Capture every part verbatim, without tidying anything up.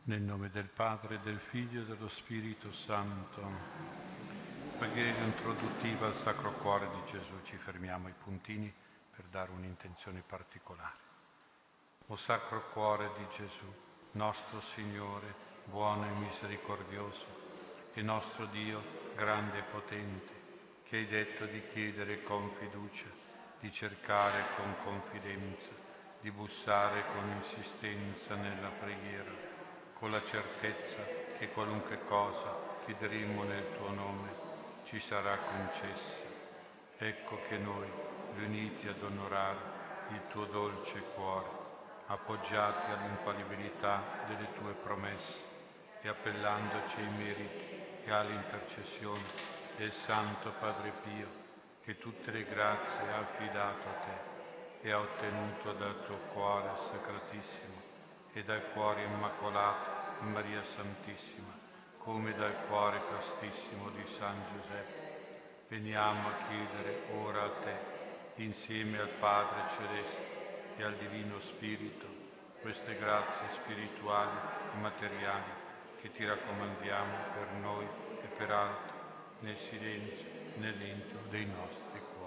Nel nome del Padre, del Figlio e dello Spirito Santo. Preghiera introduttiva al Sacro Cuore di Gesù. Ci fermiamo ai puntini per dare un'intenzione particolare. O Sacro Cuore di Gesù, nostro Signore, buono e misericordioso, e nostro Dio, grande e potente, che hai detto di chiedere con fiducia, di cercare con confidenza, di bussare con insistenza nella preghiera, con la certezza che qualunque cosa chiederemo nel tuo nome ci sarà concessa. Ecco che noi, riuniti ad onorare il tuo dolce cuore, appoggiati all'infallibilità delle tue promesse e appellandoci ai meriti e all'intercessione del Santo Padre Pio, che tutte le grazie ha affidato a te e ha ottenuto dal tuo cuore sacratissimo e dal cuore immacolato di Maria Santissima, come dal cuore castissimo di San Giuseppe, veniamo a chiedere ora a te, insieme al Padre Celeste e al Divino Spirito, queste grazie spirituali e materiali che ti raccomandiamo per noi e per altri, nel silenzio, nell'intimo dei nostri cuori.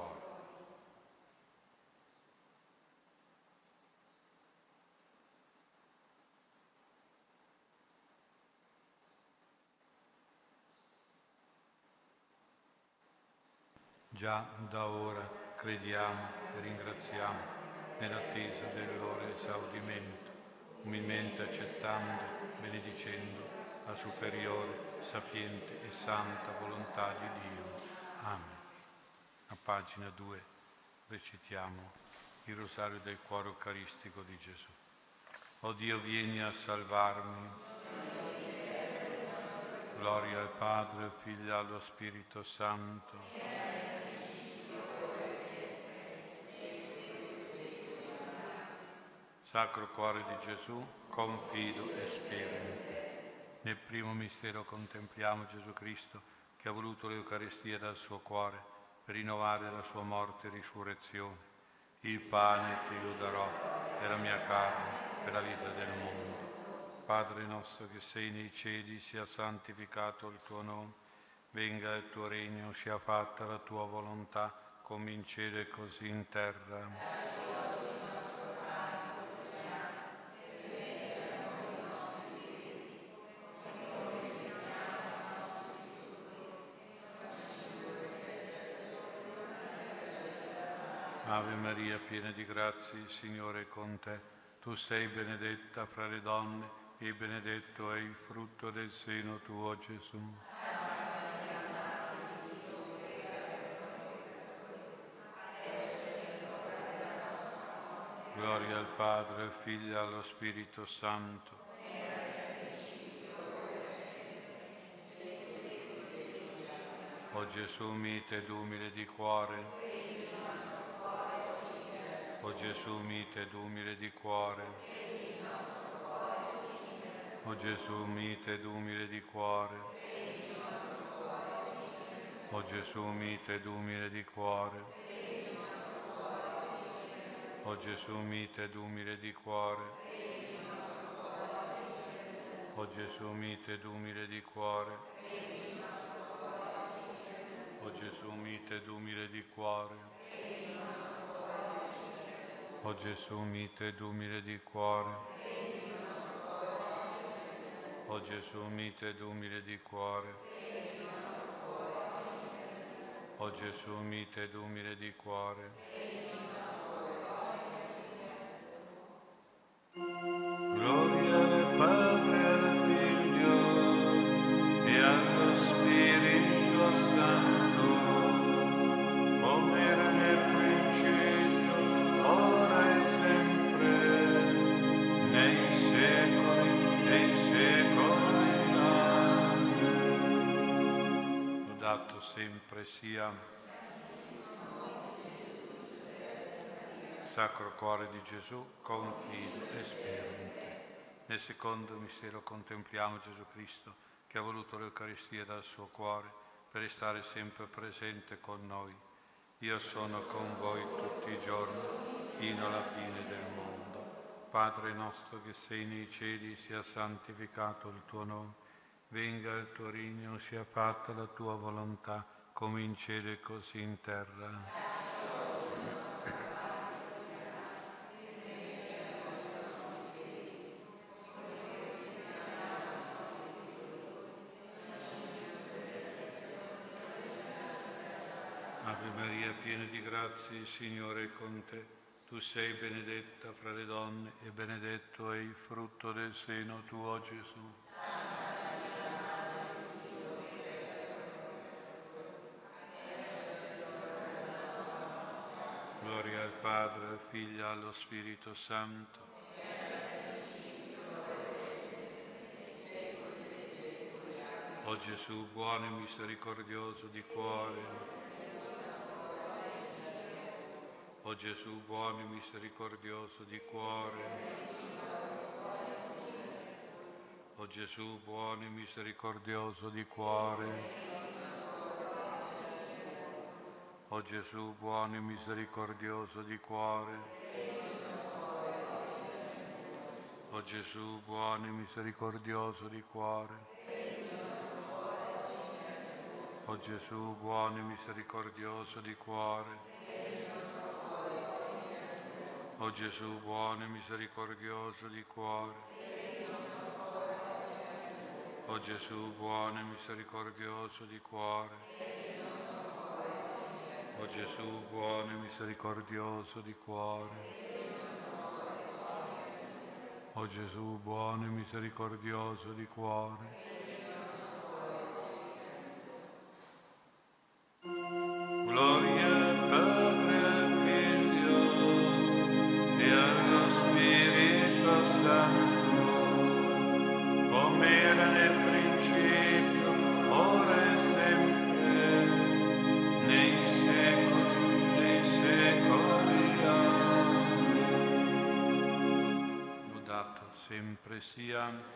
Già da ora crediamo e ringraziamo nell'attesa del loro esaudimento, umilmente accettando, benedicendo la superiore, sapiente e santa volontà di Dio. Amen. A pagina due recitiamo il rosario del cuore eucaristico di Gesù. O Dio, vieni a salvarmi. Gloria al Padre, al Figlio e allo Spirito Santo. Sacro Cuore di Gesù, confido e spero in te. Nel primo mistero contempliamo Gesù Cristo che ha voluto l'Eucaristia dal suo cuore per rinnovare la sua morte e risurrezione. Il pane che io darò è la mia carne per la vita del mondo. Padre nostro che sei nei cieli, sia santificato il tuo nome, venga il tuo regno, sia fatta la tua volontà, come in cielo e così in terra. Ave Maria, piena di grazia, il Signore è con te. Tu sei benedetta fra le donne e benedetto è il frutto del seno tuo, Gesù. Gloria al Padre, al Figlio e allo Spirito Santo. O Gesù mite ed umile di cuore. O Gesù mite ed umile di cuore. O Gesù mite ed umile di cuore. O Gesù mite ed umile di cuore. O Gesù mite ed umile di cuore. O Gesù mite ed umile di cuore. O Gesù mite ed umile di cuore. O Gesù mite ed umile di cuore. O Gesù mite ed umile di cuore. O Gesù mite ed umile di cuore. Gloria al Padre, al Figlio e allo Spirito Santo, come era nel principio, ora e sempre, nei secoli dei secoli. Amen. Lodato sempre sia Sacro Cuore di Gesù, confido e spero in te. Nel secondo mistero contempliamo Gesù Cristo che ha voluto l'Eucaristia dal suo cuore per restare sempre presente con noi. Io sono con voi tutti i giorni, fino alla fine del mondo. Padre nostro che sei nei cieli, sia santificato il tuo nome, venga il tuo regno, sia fatta la tua volontà, come in cielo e così in terra. Ave Maria, piena di grazia, il Signore è con te. Tu sei benedetta fra le donne e benedetto è il frutto del seno tuo, Gesù. Gloria al Padre, al Figlio e allo Spirito Santo. O Gesù, buono e misericordioso di cuore. O Gesù, buono e misericordioso di cuore. O Gesù, buono e misericordioso di cuore. O Gesù, buono e misericordioso di cuore. O Gesù, buono e misericordioso di cuore. O Gesù, buono e misericordioso di cuore. O Gesù, buono e misericordioso di cuore. O Gesù, buono e misericordioso di cuore. O Gesù, buono e misericordioso di cuore. O Gesù, buono e misericordioso di cuore. Gloria al Padre, al Figlio e allo Spirito Santo, come era nel principio, ora e sempre, nei secoli dei secoli. Amen. Lodato sempre sia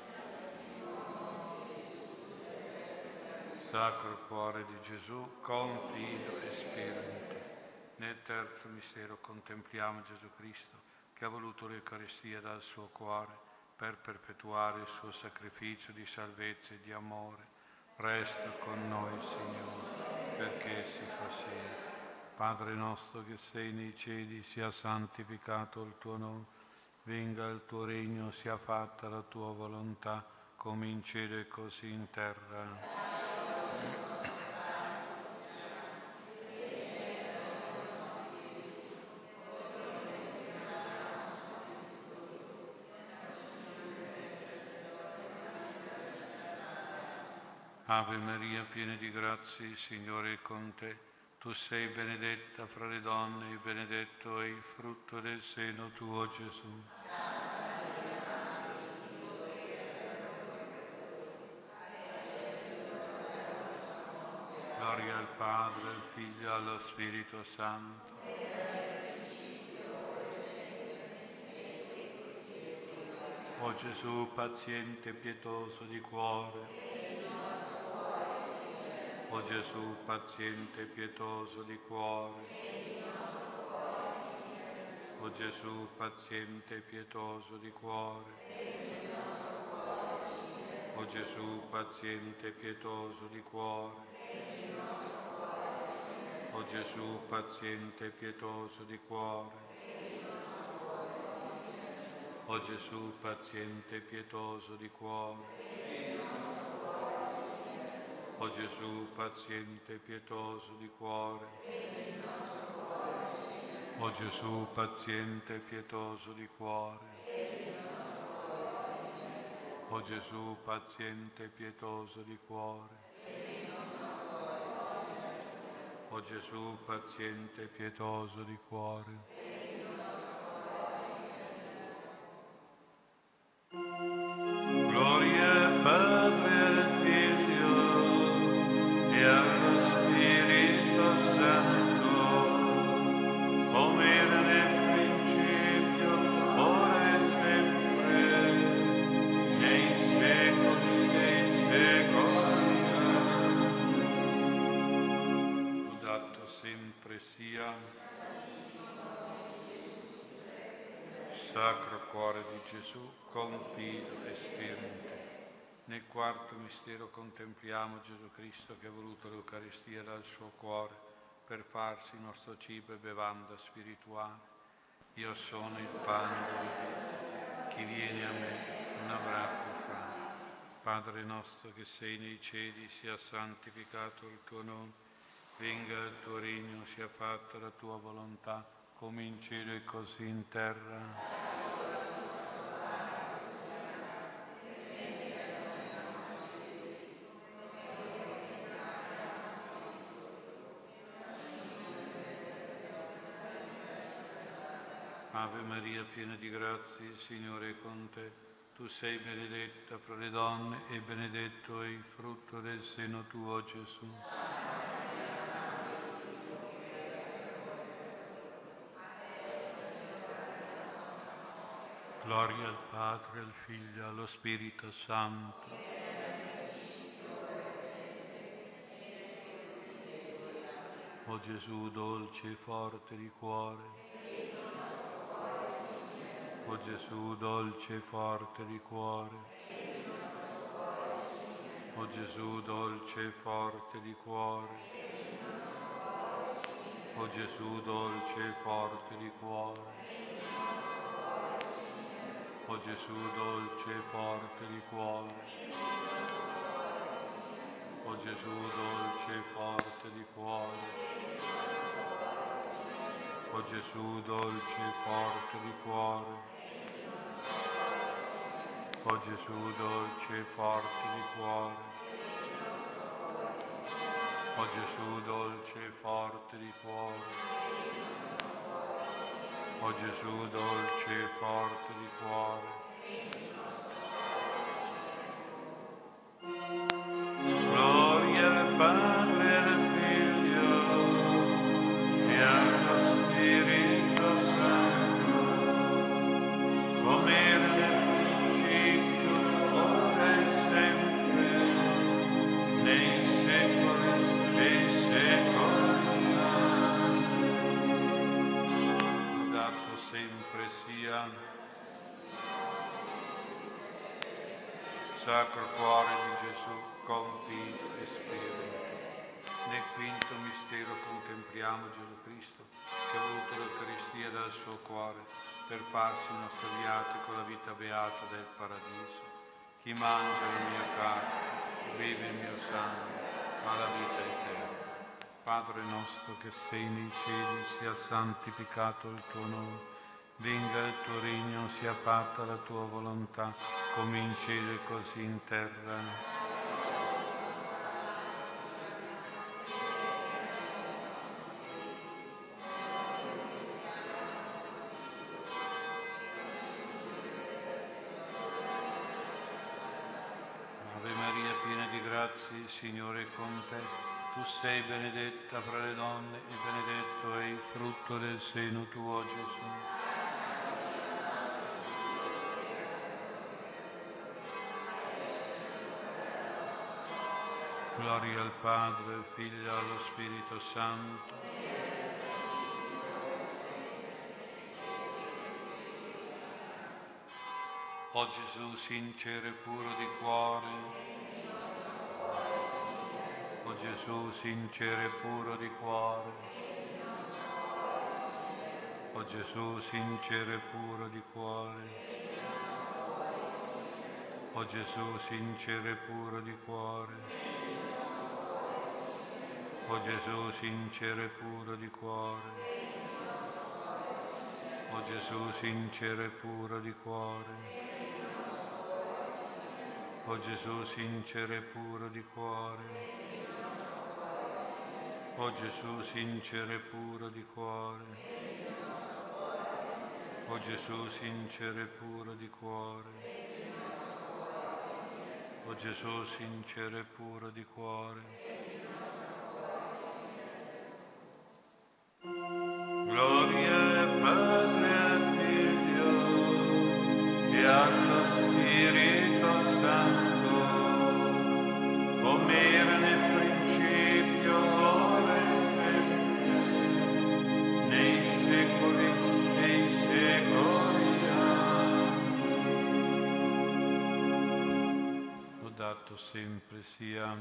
Sacro Cuore di Gesù, con Figlio e Spirito. Nel terzo mistero contempliamo Gesù Cristo, che ha voluto l'Eucaristia dal suo cuore per perpetuare il suo sacrificio di salvezza e di amore. Resta con noi, Signore, perché si fa sempre. Padre nostro che sei nei cieli, sia santificato il tuo nome, venga il tuo regno, sia fatta la tua volontà, come in cielo e così in terra. Ave Maria, piena di grazia, il Signore è con te. Tu sei benedetta fra le donne e benedetto è il frutto del seno tuo, Gesù. Gloria al Padre, al Figlio e allo Spirito Santo. O Gesù, paziente e pietoso di cuore. O Gesù, paziente e pietoso di cuore. O Gesù, paziente e pietoso di cuore. O Gesù, paziente e pietoso di cuore. O Gesù, paziente e pietoso di cuore. O Gesù, paziente e pietoso di cuore. O Gesù, paziente e pietoso di cuore. O Gesù, paziente e pietoso di cuore. O Gesù, paziente e pietoso di cuore. O Gesù, paziente e pietoso di cuore. Gloria al Padre, al Figlio e allo Spirito Santo, come era nel principio, ora e sempre, nei secoli dei secoli. Lodato sempre sia Sacro Cuore cuore di Gesù, confido e spero in te. Nel quarto mistero contempliamo Gesù Cristo che ha voluto l'Eucaristia dal suo cuore per farsi nostro cibo e bevanda spirituale. Io sono il pane della vita, chi viene a me non avrà più fame. Padre nostro che sei nei cieli, sia santificato il tuo nome, venga il tuo regno, sia fatta la tua volontà, come in cielo e così in terra. Ave Maria, piena di grazia, il Signore è con te. Tu sei benedetta fra le donne e benedetto è il frutto del seno tuo, Gesù. Gloria al Padre, al Figlio e allo Spirito Santo. O Gesù dolce e forte di cuore, o Gesù dolce e forte di cuore, o Gesù dolce e forte di cuore, o Gesù dolce e forte di cuore, o Gesù dolce e forte di cuore, o Gesù dolce e forte di cuore, o Gesù dolce e forte di cuore, o Gesù dolce e forte di cuore, o Gesù dolce e forte di cuore, o Gesù dolce e forte di cuore. Gloria al Padre, al Figlio e allo Spirito Santo, come era nel principio, ora e sempre, nei secoli dei secoli. Lodato sempre sia Sacro Cuore di Gesù, confido e spero in te. Nel quinto mistero contempliamo Gesù Cristo che ha voluto l'Eucaristia dal suo cuore per farsi nostro viatico la vita beata del paradiso. Chi mangia la mia carne, beve il mio sangue, ha la vita eterna. Padre nostro che sei nei cieli, sia santificato il tuo nome. Venga il tuo regno, sia fatta la tua volontà, come in cielo e così in terra. Ave Maria, piena di grazia, il Signore è con te. Tu sei benedetta fra le donne e benedetto è il frutto del seno tuo, Gesù. Gloria al Padre, al Figlio e allo Spirito Santo. O Gesù sincero e puro di cuore, o Gesù sincero e puro di cuore, o Gesù sincero e puro di cuore, o Gesù sincero e puro di cuore, o Gesù sincero e puro di cuore, o Gesù sincero e puro di cuore, o Gesù sincero e puro di cuore, o Gesù sincero e puro di cuore, o Gesù sincero e puro di cuore, o Gesù sincero e puro di cuore. Gloria al Padre, al Figlio e allo Spirito Santo, come era nel principio, ora e sempre, nei secoli dei secoli. Amen. lodato sempre sia.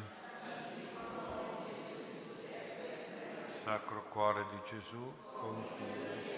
Sacro Cuore di Gesù, confida.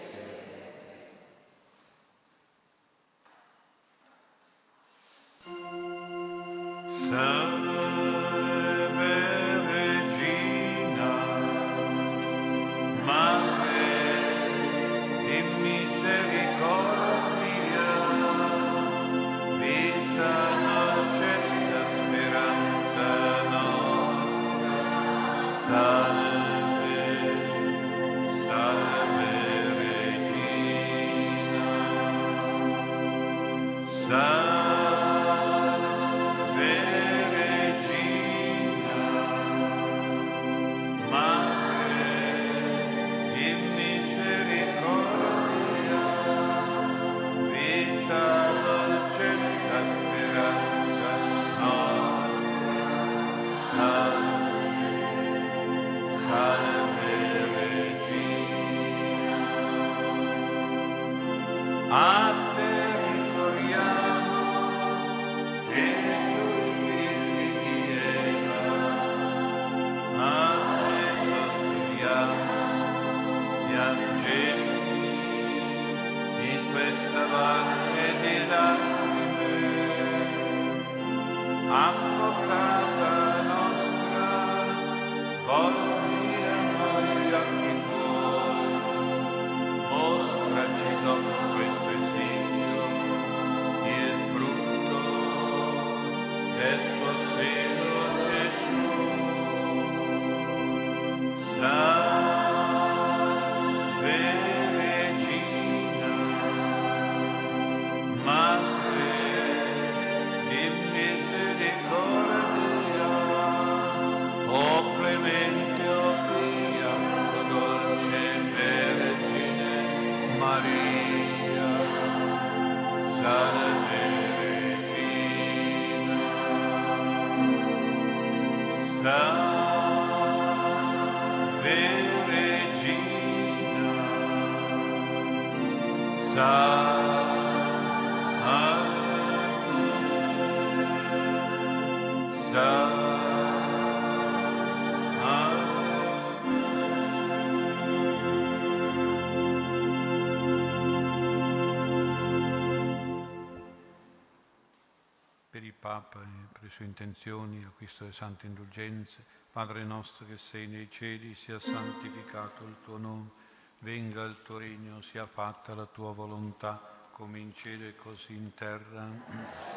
Papa e per le sue intenzioni, acquisto delle sante indulgenze. Padre nostro che sei nei cieli, sia santificato il tuo nome, venga il tuo regno, sia fatta la tua volontà, come in cielo e così in terra.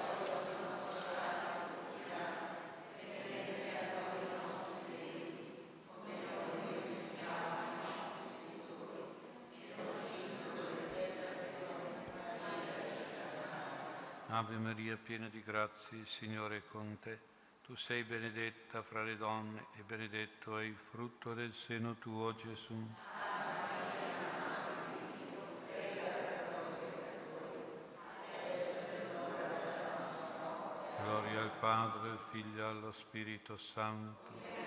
Ave Maria, piena di grazie, il Signore è con te. Tu sei benedetta fra le donne e benedetto è il frutto del seno tuo, Gesù. Gloria al Padre, al Figlio e allo Spirito Santo.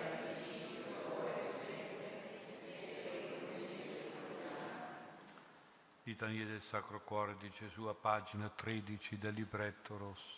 Litania del Sacro Cuore di Gesù, a pagina tredici del libretto rosso.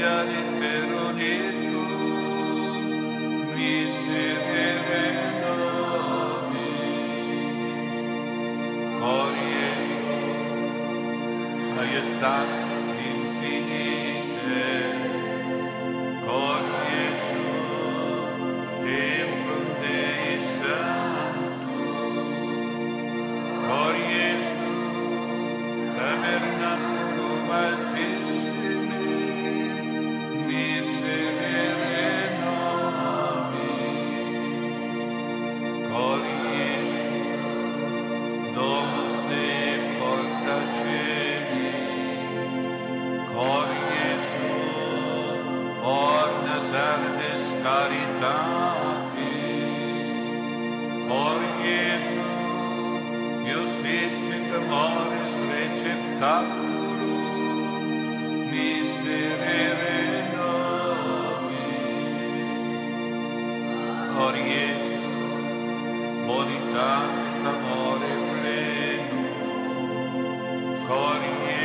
gloria l'eterno, miserere nobis, glorie, maestà infinite, glorie templo Dei Sanctus, glorie tabernaculum altissimi, miserere nobis, glorie domus Dei porta celi, glorie orna sardes caritatis, glorie iustit amoris receptaculum, miserere nobis, glorie bonitatis amore plenum, glorie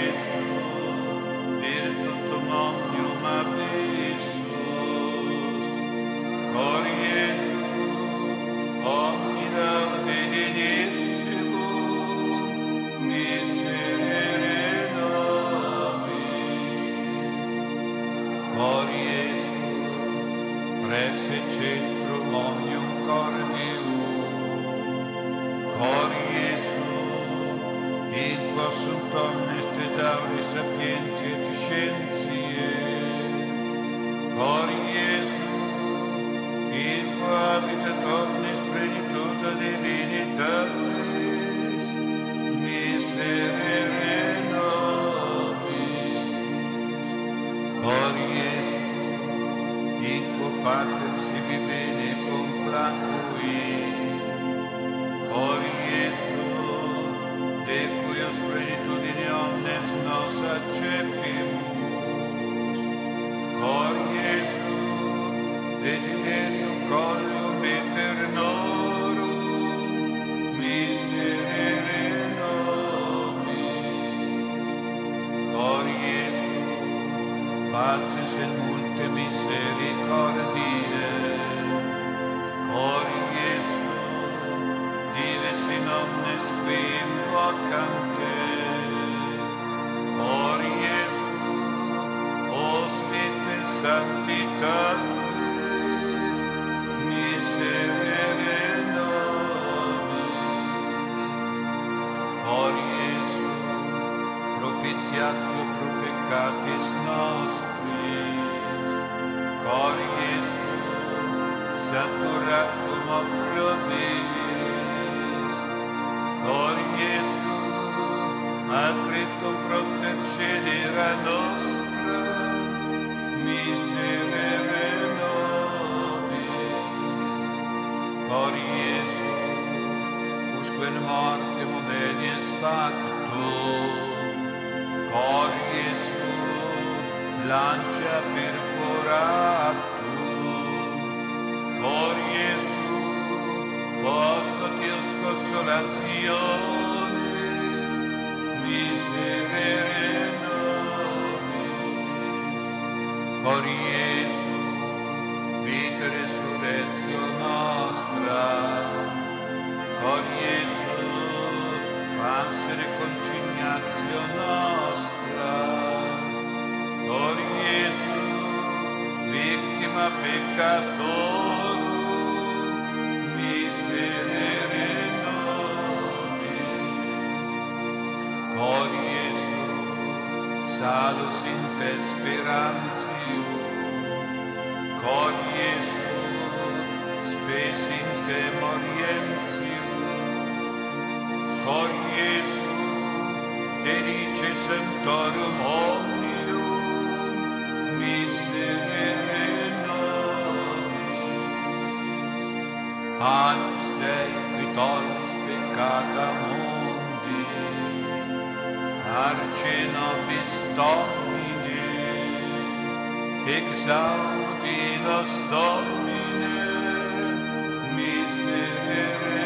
virtutum omnium abissus, glorie omnida divinissimum, miserere nobis, glorie presse centrum omnium cordium, glorie in quo sunt omnes thesauri sapientiae et scientiae, glorie in quo habitat omnes plenitude divinitatis, miserere nobis, glorie in quo pater sibi bene complacui, glorie de cuius plenitudine omnes nos accepimus, glorie desiderium conium eternorum, miserere nobis, glorie paces et multe misericordiae, glorie dives in omnes qui invocante, glorie ospite sanctitatis, miserere nobis, glorie propitiatio pro peccatis nostris, glorie saturatum optio Deis, glorie attritum protecedera nostra, miserere nobis, glorie usque in morte modenies factum, glorie lancia perforatum, glorie post Deus consolationes, miserere nobis, glorie vita resurrectio nostra, glorie pace reconciliatio nostra, glorie victima peccatorum, miserere nobis, glorie salus in te sperantium, glorie spes in te morientium, glorie delice sanctorum omnium, miserere nobis, Anus Dei qui tollis peccata mundi, arce nobis Domine, exaudi nos Domine, miserere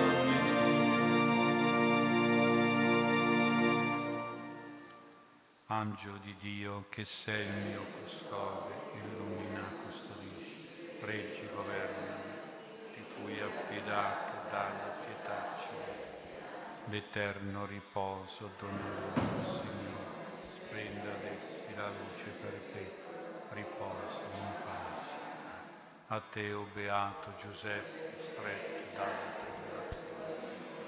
nobis. Angelo di Dio, che sei il mio custode, illumina, custodisci, reggi, governa, di cui ha pietà, che dalla pietà ci l'eterno riposo donato, Signore, splenda ad essi la luce perpetua, riposo in pace. A te, o beato Giuseppe, stretto dalla tribolazione.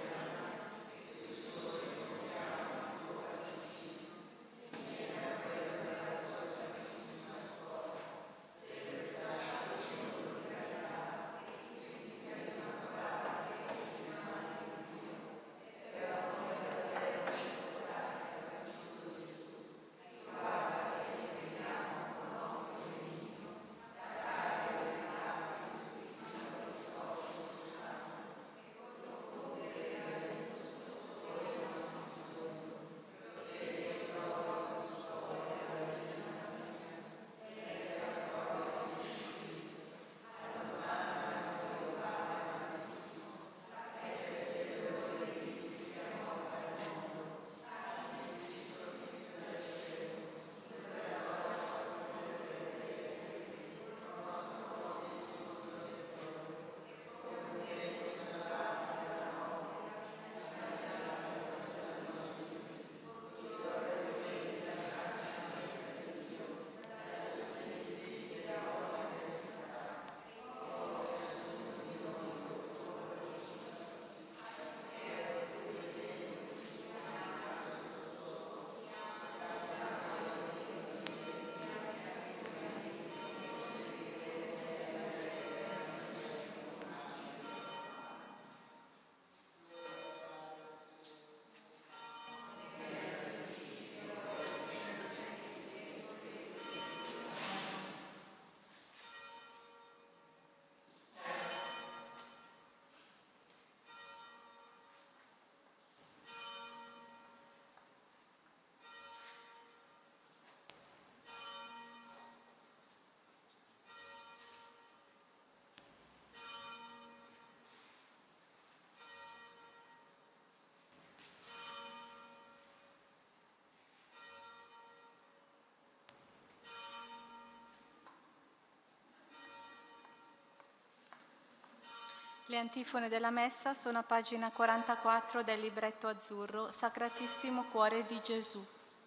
Le antifone della Messa sono a pagina quarantaquattro del libretto azzurro, Sacratissimo Cuore di Gesù.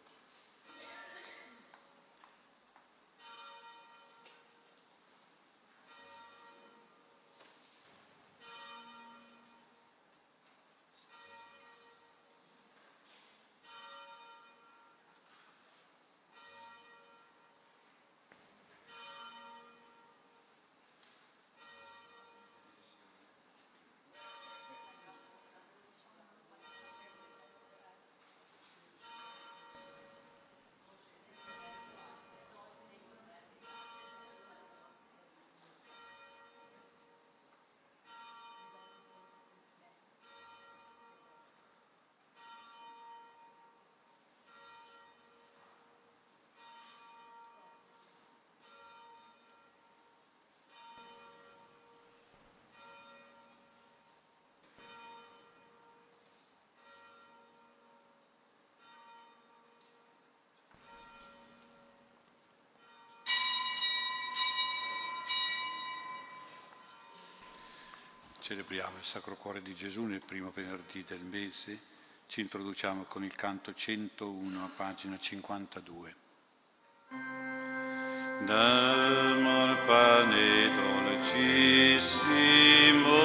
Celebriamo il Sacro Cuore di Gesù nel primo venerdì del mese. Ci introduciamo con il canto centouno a pagina cinquantadue. D'amor pane dolcissimo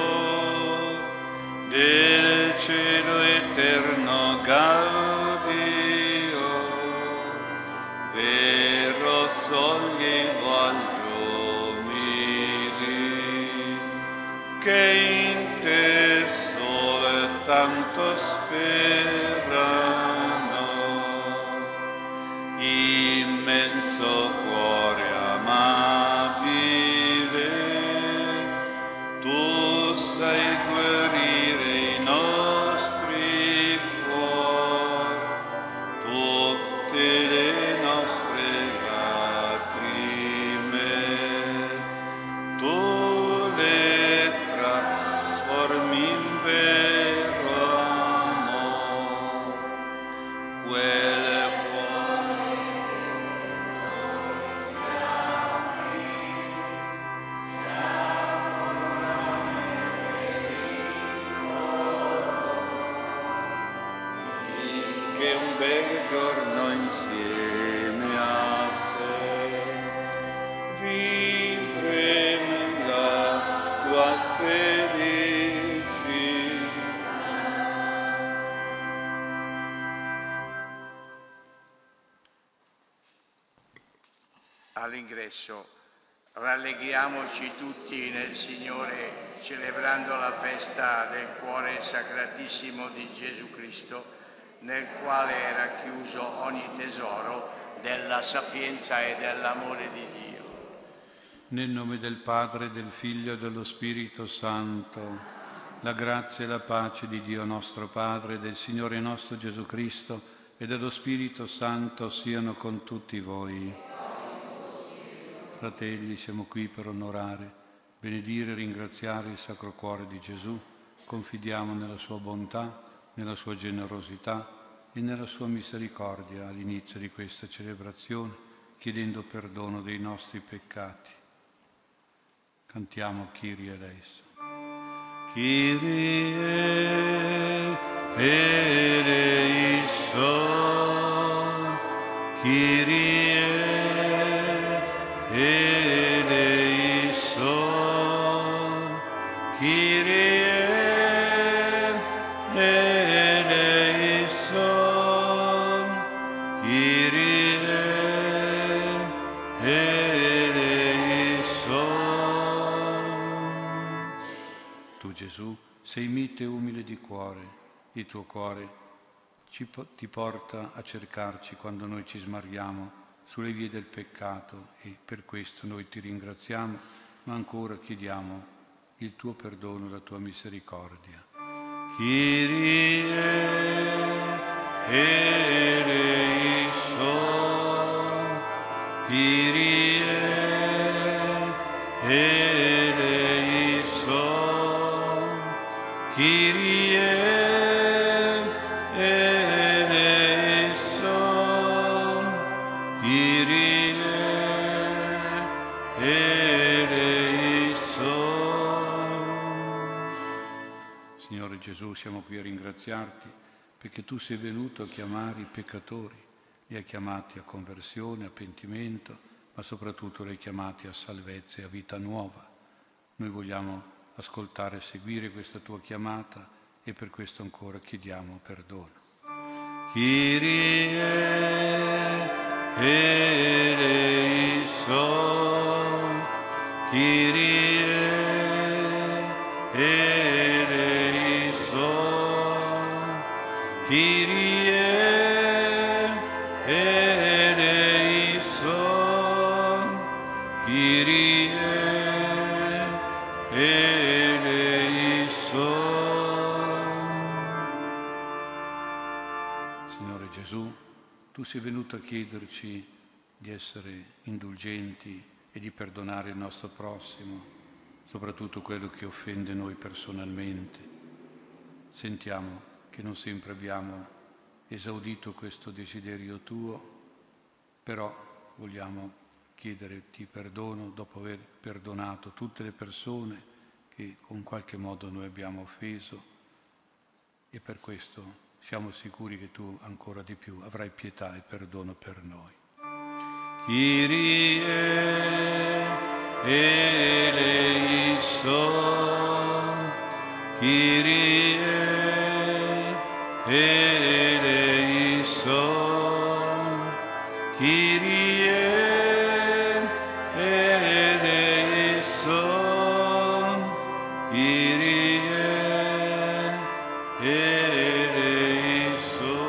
del cielo eterno gaudio, vero sollievo agli umili che in te sole tanto sperano. Immenso cuore amabile, tu sai guarire i nostri cuori, tutte le nostre lacrime, tu le trasformi in vero amore, quel cuore giorno insieme a te, vivremo la tua felicità. All'ingresso rallegriamoci tutti nel Signore, celebrando la festa del cuore sacratissimo di Gesù Cristo, nel quale era chiuso ogni tesoro della sapienza e dell'amore di Dio. Nel nome del Padre, del Figlio e dello Spirito Santo, la grazia e la pace di Dio nostro Padre, del Signore nostro Gesù Cristo e dello Spirito Santo siano con tutti voi. Fratelli, siamo qui per onorare, benedire e ringraziare il Sacro Cuore di Gesù. Confidiamo nella sua bontà, nella sua generosità e nella sua misericordia all'inizio di questa celebrazione, chiedendo perdono dei nostri peccati. Cantiamo Kyrie eleison. Kyrie eleison, Kyrie eleison, Kyrie eleison, Kyrie eleison. Tu, Gesù, sei mite e umile di cuore, il tuo cuore ci, ti porta a cercarci quando noi ci smarriamo sulle vie del peccato e per questo noi ti ringraziamo, ma ancora chiediamo il tuo perdono e la tua misericordia. Kyrie eleison, Kyrie eleison, Kyrie eleison, Kyrie eleison. Signore Gesù, siamo qui a ringraziarti perché tu sei venuto a chiamare i peccatori, li hai chiamati a conversione, a pentimento, ma soprattutto li hai chiamati a salvezza e a vita nuova. Noi vogliamo ascoltare e seguire questa tua chiamata e per questo ancora chiediamo perdono. Kyrie eleison, Kyrie eleison, Kyrie eleison, Kyrie eleison. Signore Gesù, tu sei venuto a chiederci di essere indulgenti e di perdonare il nostro prossimo, soprattutto quello che offende noi personalmente. Sentiamo che non sempre abbiamo esaudito questo desiderio tuo, però vogliamo chiederti perdono dopo aver perdonato tutte le persone che con qualche modo noi abbiamo offeso e per questo siamo sicuri che tu ancora di più avrai pietà e perdono per noi. Kyrie eleison, Kyrie eleison, Kyrie eleison, Kyrie eleison.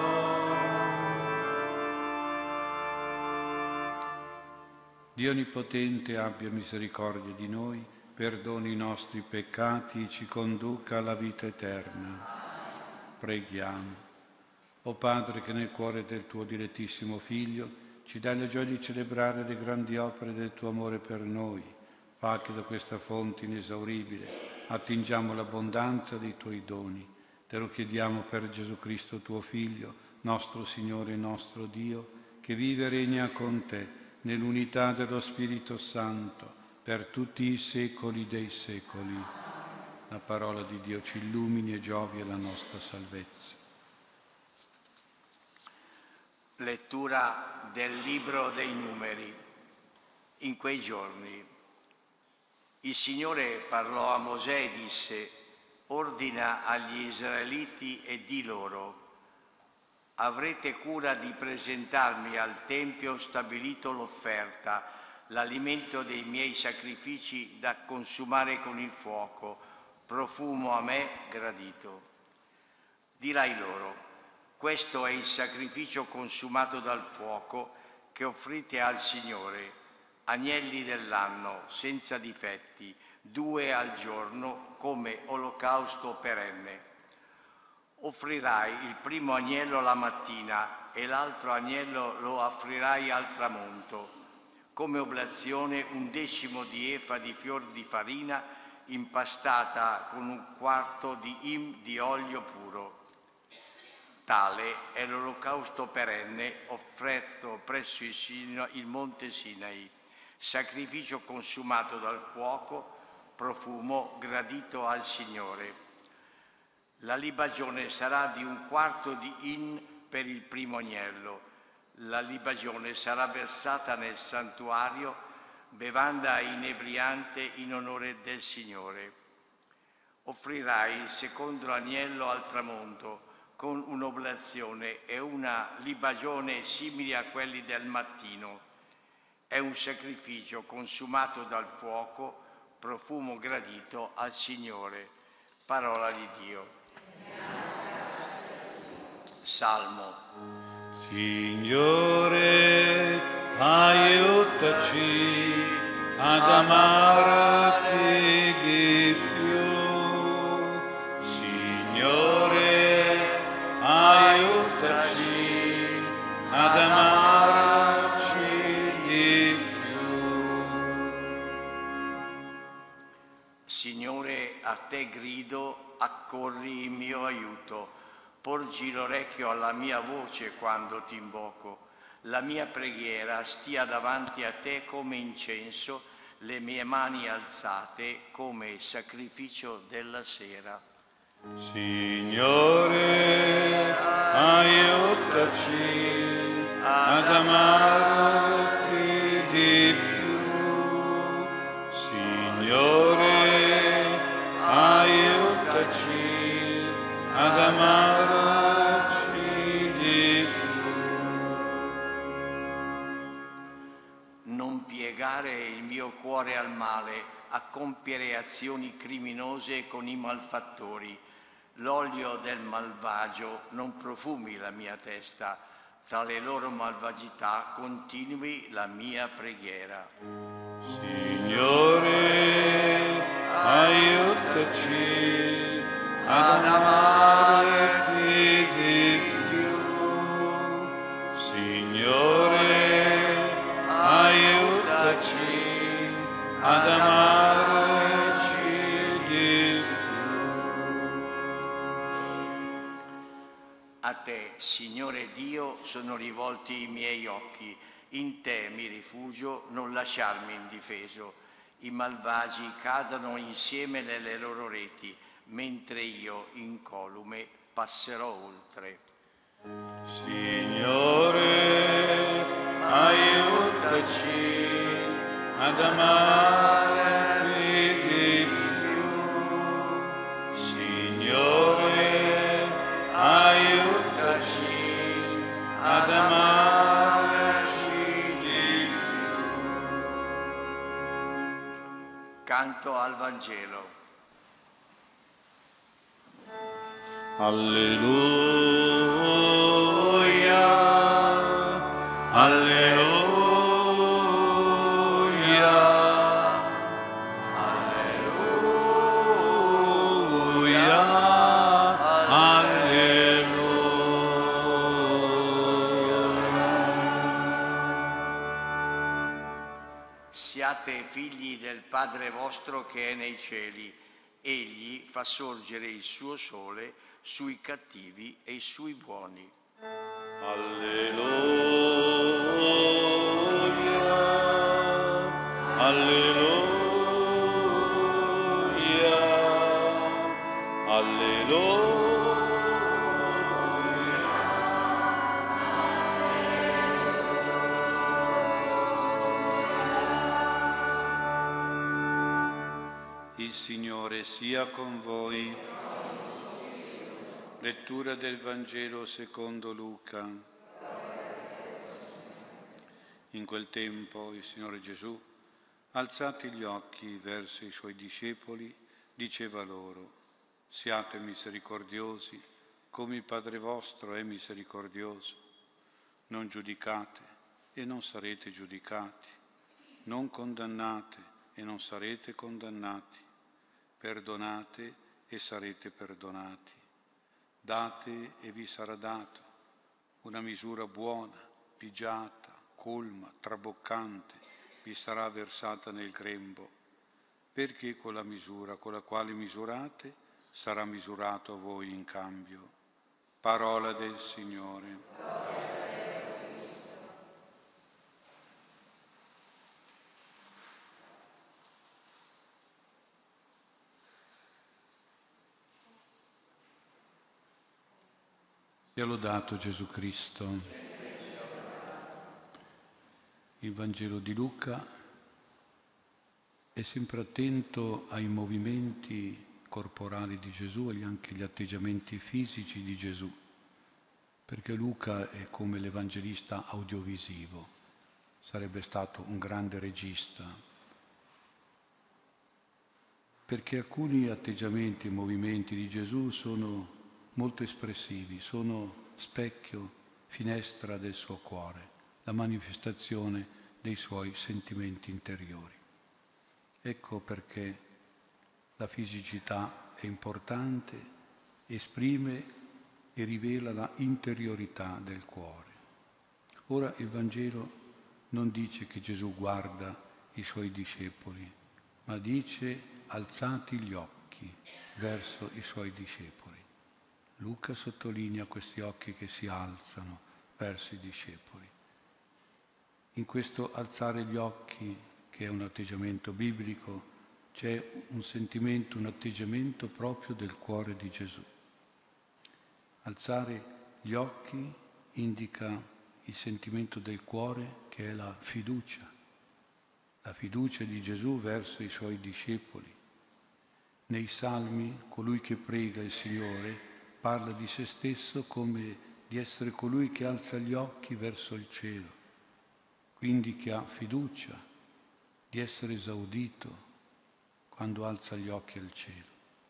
Dio Onnipotente abbia misericordia di noi, perdoni i nostri peccati e ci conduca alla vita eterna. Preghiamo. O Padre, che nel cuore del tuo dilettissimo Figlio ci dai la gioia di celebrare le grandi opere del tuo amore per noi, fa che da questa fonte inesauribile attingiamo l'abbondanza dei tuoi doni. Te lo chiediamo per Gesù Cristo, tuo Figlio, nostro Signore e nostro Dio, che vive e regna con te nell'unità dello Spirito Santo, per tutti i secoli dei secoli. La parola di Dio ci illumini e giovi alla nostra salvezza. Lettura del Libro dei Numeri. In quei giorni il Signore parlò a Mosè e disse: ordina agli Israeliti e di loro: avrete cura di presentarmi al Tempio stabilito l'offerta, l'alimento dei miei sacrifici da consumare con il fuoco, profumo a me gradito. Dirai loro: questo è il sacrificio consumato dal fuoco che offrite al Signore, agnelli dell'anno, senza difetti, due al giorno, come olocausto perenne. Offrirai il primo agnello la mattina e l'altro agnello lo offrirai al tramonto. Come oblazione un decimo di efa di fior di farina impastata con un quarto di im di olio puro. Tale è l'olocausto perenne offerto presso il, Sino, il monte Sinai, sacrificio consumato dal fuoco, profumo gradito al Signore. La libagione sarà di un quarto di in per il primo agnello. La libagione sarà versata nel santuario, bevanda inebriante in onore del Signore. Offrirai il secondo agnello al tramonto con un'oblazione e una libagione simili a quelli del mattino. È un sacrificio consumato dal fuoco, profumo gradito al Signore. Parola di Dio. Salmo. Signore, aiutaci ad amarti di più. Signore, aiutaci ad amarci di più. Signore, a te grido, accorri in mio aiuto. Porgi l'orecchio alla mia voce quando ti invoco. La mia preghiera stia davanti a te come incenso, le mie mani alzate come sacrificio della sera. Signore, aiutaci ad amarti di più. Signore, aiutaci ad amarti di più. Non piegare il mio cuore al male, a compiere azioni criminose con i malfattori. L'olio del malvagio non profumi la mia testa, tra le loro malvagità continui la mia preghiera. Signore, aiutaci ad amarti di più. Signore, aiutaci ad amarci di più. A te, Signore Dio, sono rivolti i miei occhi. In te mi rifugio, non lasciarmi indifeso. I malvagi cadono insieme nelle loro reti, mentre io, incolume, passerò oltre. Signore, aiutaci ad amarti di più. Signore, aiutaci ad amarci di più. Canto al Vangelo. Alleluia, alleluia, alleluia, alleluia. Siate figli del Padre vostro che è nei cieli. Egli fa sorgere il suo sole sui cattivi e sui buoni. Alleluia, alleluia, alleluia, alleluia. Signore sia con voi. Lettura del Vangelo secondo Luca. In quel tempo il Signore Gesù, alzati gli occhi verso i Suoi discepoli, diceva loro: siate misericordiosi, come il Padre vostro è misericordioso. Non giudicate e non sarete giudicati. Non condannate e non sarete condannati. Perdonate e sarete perdonati. Date e vi sarà dato. Una misura buona, pigiata, colma, traboccante, vi sarà versata nel grembo, perché con la misura con la quale misurate sarà misurato a voi in cambio. Parola del Signore. Sia lodato Gesù Cristo. Il Vangelo di Luca è sempre attento ai movimenti corporali di Gesù e anche agli atteggiamenti fisici di Gesù, perché Luca è come l'evangelista audiovisivo, sarebbe stato un grande regista, perché alcuni atteggiamenti e movimenti di Gesù sono molto espressivi, sono specchio, finestra del suo cuore, la manifestazione dei suoi sentimenti interiori. Ecco perché la fisicità è importante, esprime e rivela la interiorità del cuore. Ora il Vangelo non dice che Gesù guarda i suoi discepoli, ma dice alzati gli occhi verso i suoi discepoli. Luca sottolinea questi occhi che si alzano verso i discepoli. In questo alzare gli occhi, che è un atteggiamento biblico, c'è un sentimento, un atteggiamento proprio del cuore di Gesù. Alzare gli occhi indica il sentimento del cuore, che è la fiducia, la fiducia di Gesù verso i suoi discepoli. Nei Salmi, colui che prega il Signore parla di se stesso come di essere colui che alza gli occhi verso il cielo, quindi che ha fiducia di essere esaudito quando alza gli occhi al cielo.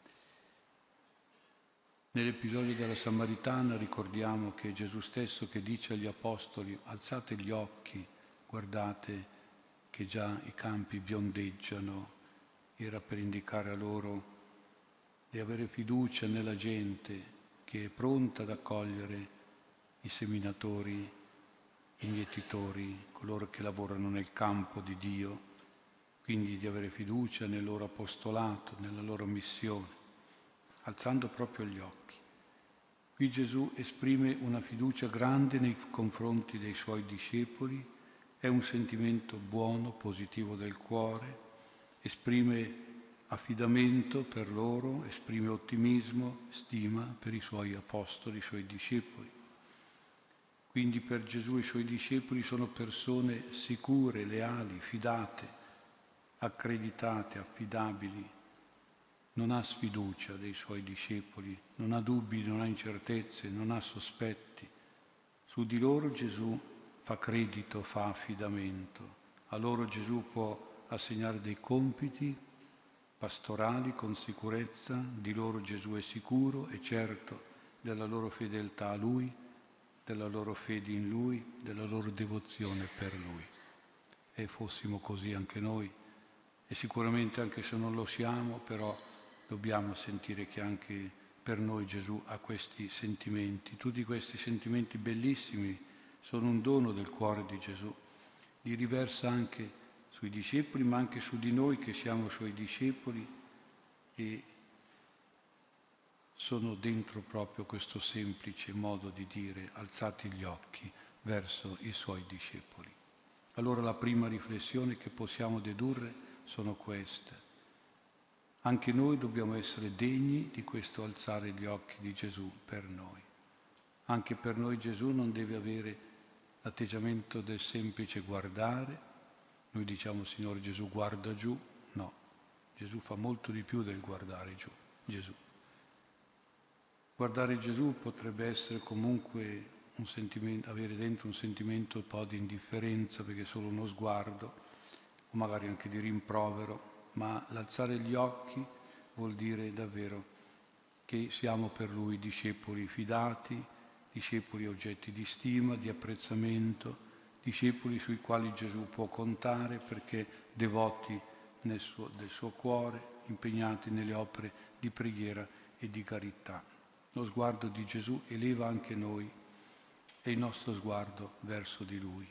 Nell'episodio della Samaritana ricordiamo che è Gesù stesso che dice agli Apostoli: alzate gli occhi, guardate che già i campi biondeggiano. Era per indicare a loro di avere fiducia nella gente che è pronta ad accogliere i seminatori, i mietitori, coloro che lavorano nel campo di Dio, quindi di avere fiducia nel loro apostolato, nella loro missione, alzando proprio gli occhi. Qui Gesù esprime una fiducia grande nei confronti dei suoi discepoli, è un sentimento buono, positivo del cuore, esprime affidamento per loro, esprime ottimismo, stima per i suoi apostoli, i suoi discepoli. Quindi per Gesù i suoi discepoli sono persone sicure, leali, fidate, accreditate, affidabili. Non ha sfiducia dei suoi discepoli, non ha dubbi, non ha incertezze, non ha sospetti. Su di loro Gesù fa credito, fa affidamento. A loro Gesù può assegnare dei compiti pastorali con sicurezza, di loro Gesù è sicuro e certo della loro fedeltà a Lui, della loro fede in Lui, della loro devozione per Lui. E fossimo così anche noi, e sicuramente anche se non lo siamo, però dobbiamo sentire che anche per noi Gesù ha questi sentimenti. Tutti questi sentimenti bellissimi sono un dono del cuore di Gesù. Li riversa anche sui discepoli, ma anche su di noi che siamo Suoi discepoli, e sono dentro proprio questo semplice modo di dire alzati gli occhi verso i Suoi discepoli. Allora la prima riflessione che possiamo dedurre sono queste. Anche noi dobbiamo essere degni di questo alzare gli occhi di Gesù per noi. Anche per noi Gesù non deve avere l'atteggiamento del semplice guardare. Noi diciamo: Signore Gesù, guarda giù. No, Gesù fa molto di più del guardare giù, Gesù. Guardare Gesù potrebbe essere comunque un sentimento, avere dentro un sentimento un po' di indifferenza perché è solo uno sguardo, o magari anche di rimprovero, ma l'alzare gli occhi vuol dire davvero che siamo per Lui discepoli fidati, discepoli oggetti di stima, di apprezzamento, discepoli sui quali Gesù può contare perché devoti nel suo, del suo cuore, impegnati nelle opere di preghiera e di carità. Lo sguardo di Gesù eleva anche noi e il nostro sguardo verso di Lui.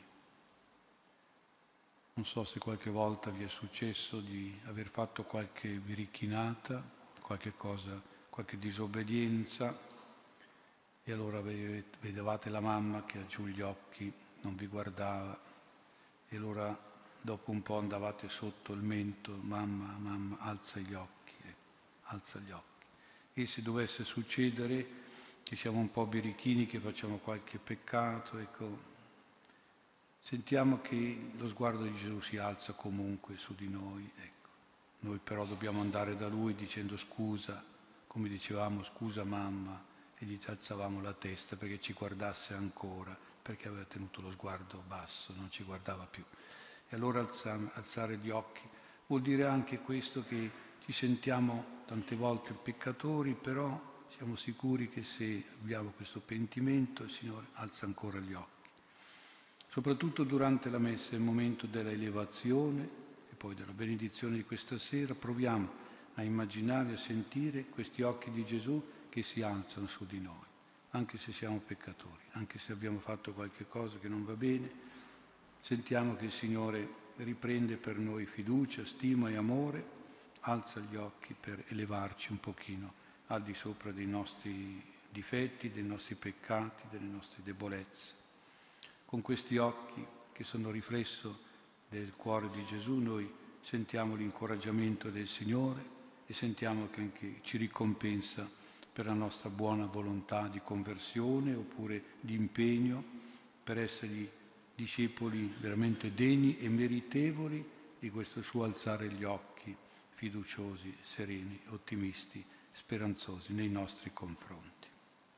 Non so se qualche volta vi è successo di aver fatto qualche birichinata, qualche cosa, qualche disobbedienza, e allora vedevate la mamma che ha giù gli occhi, non vi guardava, e allora dopo un po' andavate sotto il mento, mamma, mamma, alza gli occhi, eh, alza gli occhi. E se dovesse succedere che siamo un po' birichini, che facciamo qualche peccato, ecco, sentiamo che lo sguardo di Gesù si alza comunque su di noi. Ecco. Noi però dobbiamo andare da Lui dicendo scusa, come dicevamo, scusa mamma, e gli alzavamo la testa perché ci guardasse ancora, perché aveva tenuto lo sguardo basso, non ci guardava più. E allora alzare, alzare gli occhi vuol dire anche questo, che ci sentiamo tante volte peccatori, però siamo sicuri che se abbiamo questo pentimento il Signore alza ancora gli occhi. Soprattutto durante la messa, il momento della elevazione e poi della benedizione di questa sera, proviamo a immaginare e a sentire questi occhi di Gesù che si alzano su di noi, anche se siamo peccatori, anche se abbiamo fatto qualche cosa che non va bene, sentiamo che il Signore riprende per noi fiducia, stima e amore, alza gli occhi per elevarci un pochino al di sopra dei nostri difetti, dei nostri peccati, delle nostre debolezze. Con questi occhi che sono riflesso del cuore di Gesù noi sentiamo l'incoraggiamento del Signore e sentiamo che anche ci ricompensa per la nostra buona volontà di conversione oppure di impegno per essere discepoli veramente degni e meritevoli di questo suo alzare gli occhi, fiduciosi, sereni, ottimisti, speranzosi nei nostri confronti.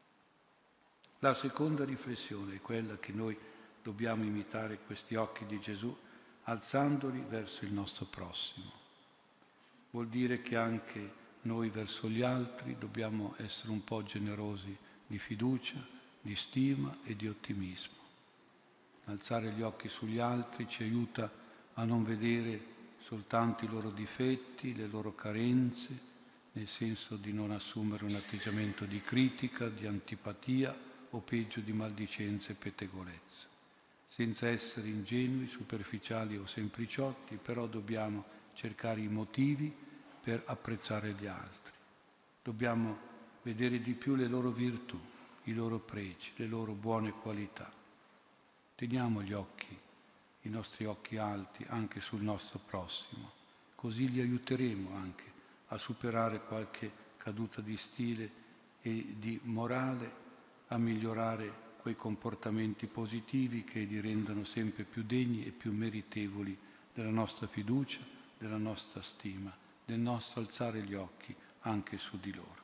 La seconda riflessione è quella che noi dobbiamo imitare questi occhi di Gesù alzandoli verso il nostro prossimo. Vuol dire che anche noi verso gli altri dobbiamo essere un po' generosi di fiducia, di stima e di ottimismo. Alzare gli occhi sugli altri ci aiuta a non vedere soltanto i loro difetti, le loro carenze, nel senso di non assumere un atteggiamento di critica, di antipatia o peggio di maldicenza e pettegolezza. Senza essere ingenui, superficiali o sempliciotti, però dobbiamo cercare i motivi per apprezzare gli altri. Dobbiamo vedere di più le loro virtù, i loro pregi, le loro buone qualità. Teniamo gli occhi, i nostri occhi alti anche sul nostro prossimo, così li aiuteremo anche a superare qualche caduta di stile e di morale, a migliorare quei comportamenti positivi che li rendano sempre più degni e più meritevoli della nostra fiducia, della nostra stima, del nostro alzare gli occhi anche su di loro.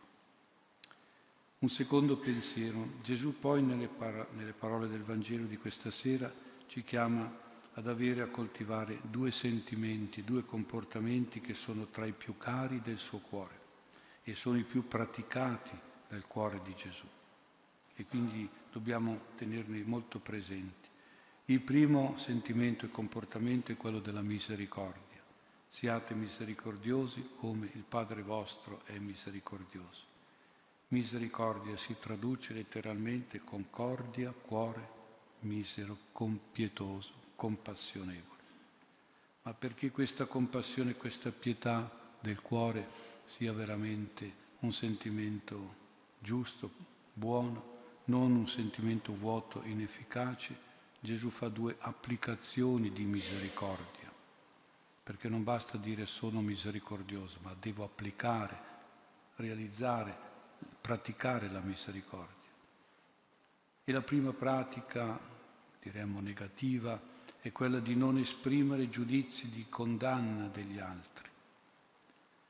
Un secondo pensiero, Gesù poi nelle, par- nelle parole del Vangelo di questa sera ci chiama ad avere, a coltivare due sentimenti, due comportamenti che sono tra i più cari del suo cuore e sono i più praticati dal cuore di Gesù. E quindi dobbiamo tenerli molto presenti. Il primo sentimento e comportamento è quello della misericordia. Siate misericordiosi come il Padre vostro è misericordioso. Misericordia si traduce letteralmente concordia, cuore misero, compietoso, compassionevole. Ma perché questa compassione, questa pietà del cuore sia veramente un sentimento giusto, buono, non un sentimento vuoto, inefficace, Gesù fa due applicazioni di misericordia, perché non basta dire sono misericordioso, ma devo applicare, realizzare, praticare la misericordia. E la prima pratica, diremmo negativa, è quella di non esprimere giudizi di condanna degli altri.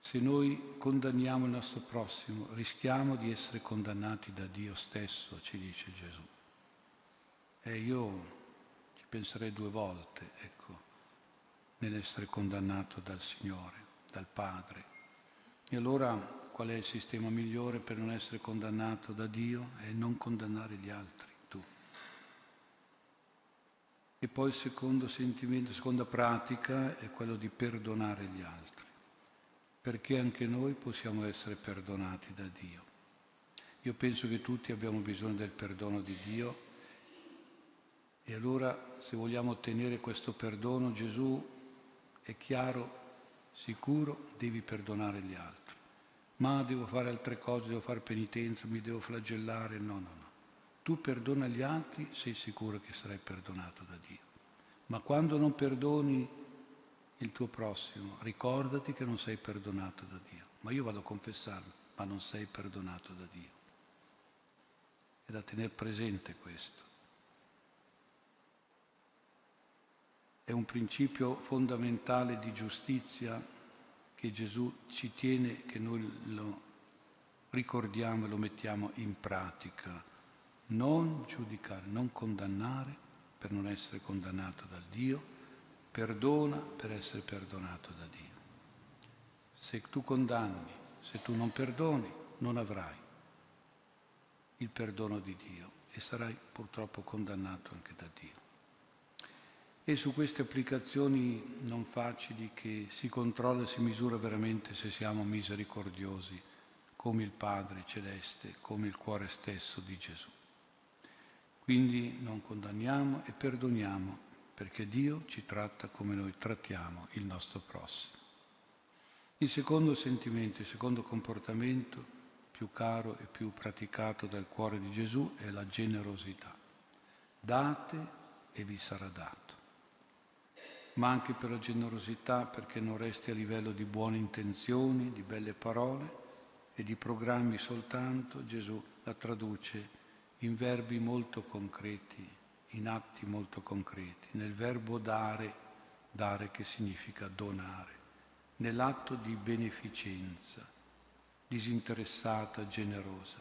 Se noi condanniamo il nostro prossimo, rischiamo di essere condannati da Dio stesso, ci dice Gesù. E io ci penserei due volte, ecco, nell'essere condannato dal Signore, dal Padre. E allora qual è il sistema migliore per non essere condannato da Dio? È non condannare gli altri, tu. E poi il secondo sentimento, la seconda pratica è quello di perdonare gli altri, perché anche noi possiamo essere perdonati da Dio. Io penso che tutti abbiamo bisogno del perdono di Dio e allora se vogliamo ottenere questo perdono, Gesù è chiaro, sicuro, devi perdonare gli altri. Ma devo fare altre cose, devo fare penitenza, mi devo flagellare, no, no, no. Tu perdona gli altri, sei sicuro che sarai perdonato da Dio. Ma quando non perdoni il tuo prossimo, ricordati che non sei perdonato da Dio. Ma io vado a confessarlo, ma non sei perdonato da Dio. È da tenere presente questo. È un principio fondamentale di giustizia che Gesù ci tiene, che noi lo ricordiamo e lo mettiamo in pratica. Non giudicare, non condannare per non essere condannato dal Dio, perdona per essere perdonato da Dio. Se tu condanni, se tu non perdoni, non avrai il perdono di Dio e sarai purtroppo condannato anche da Dio. E su queste applicazioni non facili che si controlla e si misura veramente se siamo misericordiosi come il Padre Celeste, come il cuore stesso di Gesù. Quindi non condanniamo e perdoniamo perché Dio ci tratta come noi trattiamo il nostro prossimo. Il secondo sentimento, il secondo comportamento più caro e più praticato dal cuore di Gesù è la generosità. Date e vi sarà dato. Ma anche per la generosità perché non resti a livello di buone intenzioni, di belle parole e di programmi soltanto, Gesù la traduce in verbi molto concreti, in atti molto concreti, nel verbo dare, dare che significa donare, nell'atto di beneficenza, disinteressata, generosa.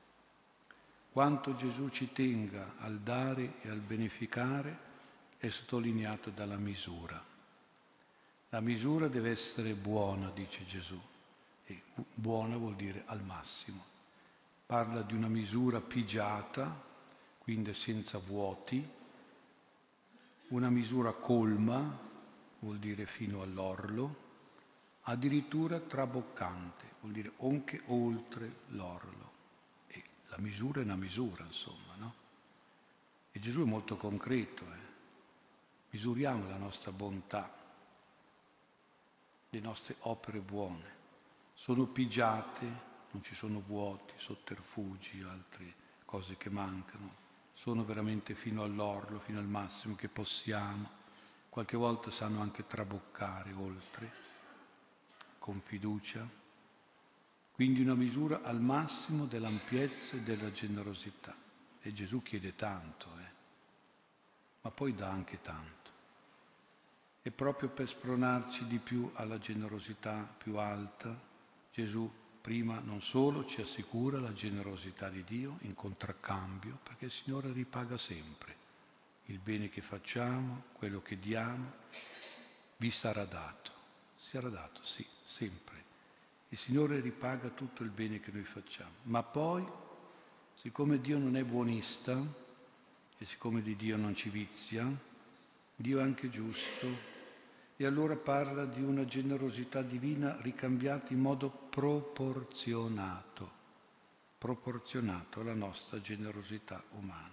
Quanto Gesù ci tenga al dare e al beneficare è sottolineato dalla misura. La misura deve essere buona, dice Gesù, e buona vuol dire al massimo. Parla di una misura pigiata, quindi senza vuoti, una misura colma, vuol dire fino all'orlo, addirittura traboccante, vuol dire anche oltre l'orlo. E la misura è una misura, insomma, no? E Gesù è molto concreto, eh? Misuriamo la nostra bontà, le nostre opere buone. Sono pigiate, non ci sono vuoti, sotterfugi, altre cose che mancano. Sono veramente fino all'orlo, fino al massimo che possiamo. Qualche volta sanno anche traboccare oltre, con fiducia. Quindi una misura al massimo dell'ampiezza e della generosità. E Gesù chiede tanto, eh? Ma poi dà anche tanto. E proprio per spronarci di più alla generosità più alta, Gesù prima non solo ci assicura la generosità di Dio in contraccambio, perché il Signore ripaga sempre. Il bene che facciamo, quello che diamo, vi sarà dato. Sarà dato, sì, sempre. Il Signore ripaga tutto il bene che noi facciamo. Ma poi, siccome Dio non è buonista, e siccome di Dio non ci vizia, Dio è anche giusto, e allora parla di una generosità divina ricambiata in modo proporzionato, proporzionato alla nostra generosità umana.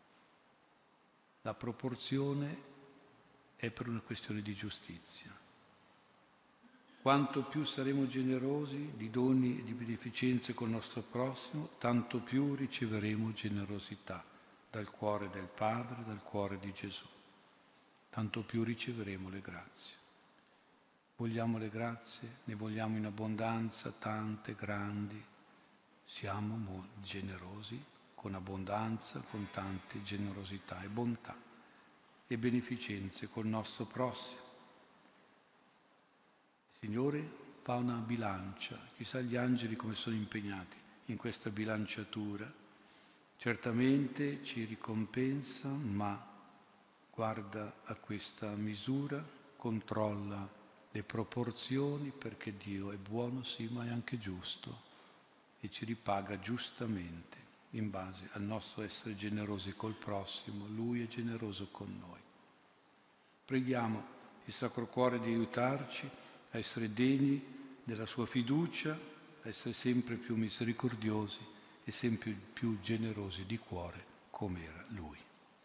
La proporzione è per una questione di giustizia. Quanto più saremo generosi di doni e di beneficenze col nostro prossimo, tanto più riceveremo generosità dal cuore del Padre, dal cuore di Gesù. Tanto più riceveremo le grazie. Vogliamo le grazie, ne vogliamo in abbondanza, tante, grandi. Siamo generosi, con abbondanza, con tante generosità e bontà e beneficenze col nostro prossimo. Il Signore fa una bilancia, chissà gli angeli come sono impegnati in questa bilanciatura. Certamente ci ricompensa, ma guarda a questa misura, controlla le proporzioni, perché Dio è buono sì, ma è anche giusto e ci ripaga giustamente in base al nostro essere generosi col prossimo. Lui è generoso con noi. Preghiamo il Sacro Cuore di aiutarci a essere degni della sua fiducia, a essere sempre più misericordiosi e sempre più generosi di cuore come era Lui.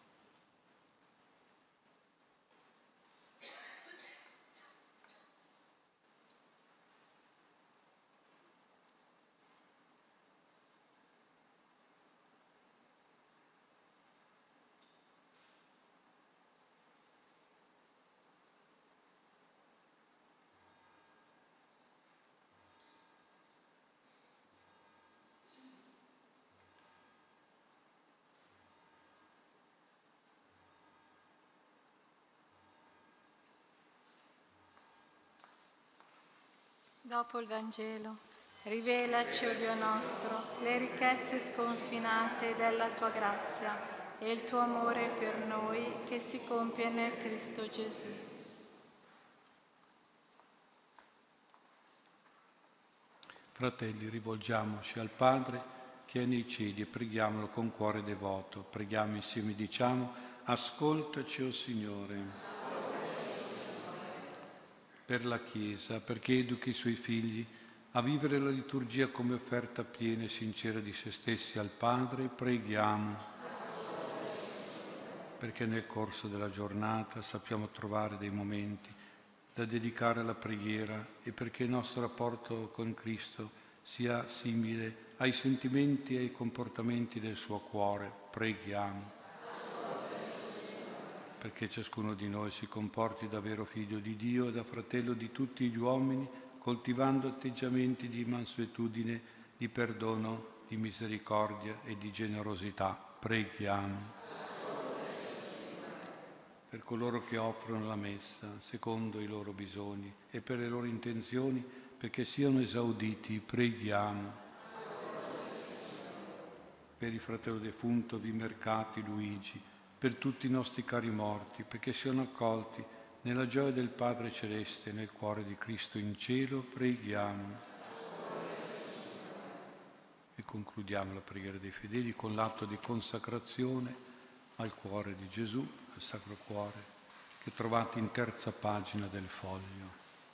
Dopo il Vangelo, rivelaci, o Dio nostro, le ricchezze sconfinate della tua grazia e il tuo amore per noi che si compie nel Cristo Gesù. Fratelli, rivolgiamoci al Padre che è nei cieli e preghiamolo con cuore devoto. Preghiamo insieme, diciamo: ascoltaci, o Signore. Per la Chiesa, perché educhi i suoi figli a vivere la liturgia come offerta piena e sincera di se stessi al Padre, preghiamo. Perché nel corso della giornata sappiamo trovare dei momenti da dedicare alla preghiera e perché il nostro rapporto con Cristo sia simile ai sentimenti e ai comportamenti del suo cuore, preghiamo. Perché ciascuno di noi si comporti da vero figlio di Dio e da fratello di tutti gli uomini, coltivando atteggiamenti di mansuetudine, di perdono, di misericordia e di generosità. Preghiamo. Per coloro che offrono la messa, secondo i loro bisogni e per le loro intenzioni, perché siano esauditi, preghiamo. Per il fratello defunto Vimercati Luigi, per tutti i nostri cari morti, perché siano accolti nella gioia del Padre Celeste, nel cuore di Cristo in cielo, preghiamo. E concludiamo la preghiera dei fedeli con l'atto di consacrazione al cuore di Gesù, al Sacro Cuore, che trovate in terza pagina del foglio.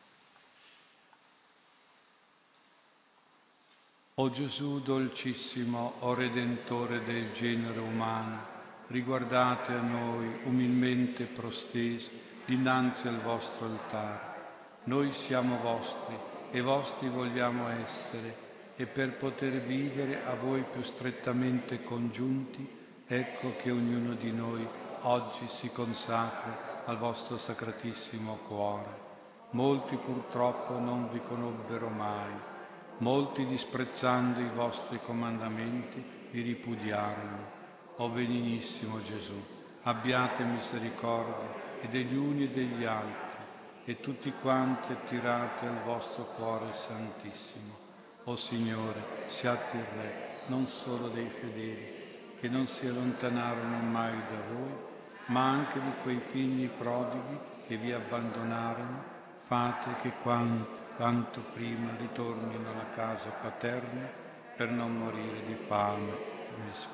O Gesù dolcissimo, o Redentore del genere umano, riguardate a noi umilmente prostesi dinanzi al vostro altare. Noi siamo vostri e vostri vogliamo essere, e per poter vivere a voi più strettamente congiunti, ecco che ognuno di noi oggi si consacra al vostro sacratissimo cuore. Molti purtroppo non vi conobbero mai, molti disprezzando i vostri comandamenti vi ripudiarono. O benignissimo Gesù, abbiate misericordia e degli uni e degli altri, e tutti quanti attirate al vostro cuore santissimo. O Signore, siate il Re, non solo dei fedeli, che non si allontanarono mai da voi, ma anche di quei figli prodighi che vi abbandonarono. Fate che quanto, quanto prima ritornino alla casa paterna per non morire di fame e miscuglio.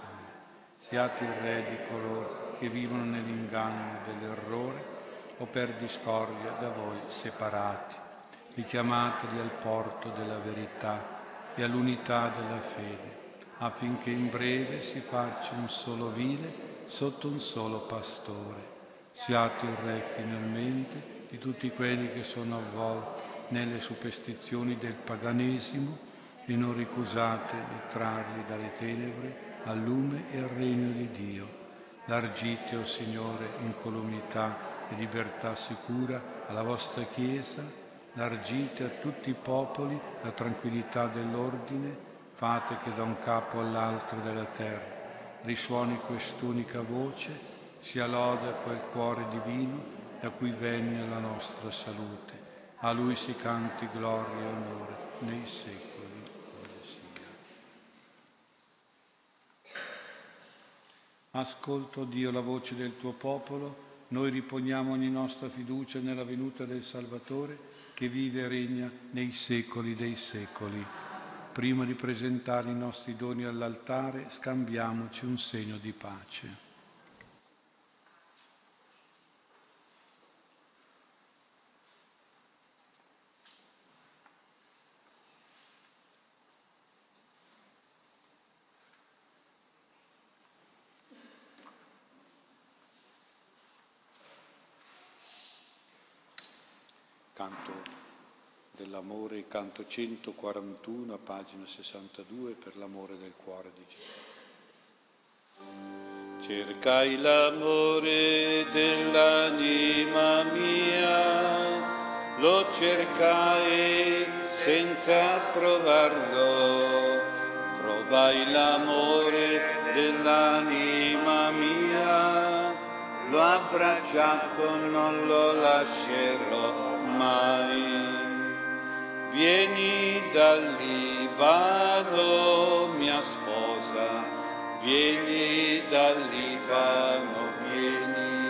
Siate il Re di coloro che vivono nell'inganno dell'errore o per discordia da voi separati. Richiamateli al porto della verità e all'unità della fede, affinché in breve si faccia un solo vile sotto un solo pastore. Siate il Re finalmente di tutti quelli che sono avvolti nelle superstizioni del paganesimo e non ricusate di trarli dalle tenebre al lume e al regno di Dio. Largite, o Signore, incolumità e libertà sicura alla vostra Chiesa, largite a tutti i popoli la tranquillità dell'ordine, fate che da un capo all'altro della terra risuoni quest'unica voce, sia lode a quel cuore divino da cui venne la nostra salute. A Lui si canti gloria e onore nei secoli. Ascolta, oh Dio, la voce del tuo popolo. Noi riponiamo ogni nostra fiducia nella venuta del Salvatore, che vive e regna nei secoli dei secoli. Prima di presentare i nostri doni all'altare, scambiamoci un segno di pace. Canto dell'amore, canto centoquarantuno, a pagina sessantadue, per l'amore del cuore di Gesù. Cercai l'amore dell'anima mia, lo cercai senza trovarlo, trovai l'amore dell'anima mia, l'ho abbracciato, non lo lascerò mai. Vieni dal Libano, mia sposa, vieni dal Libano, vieni.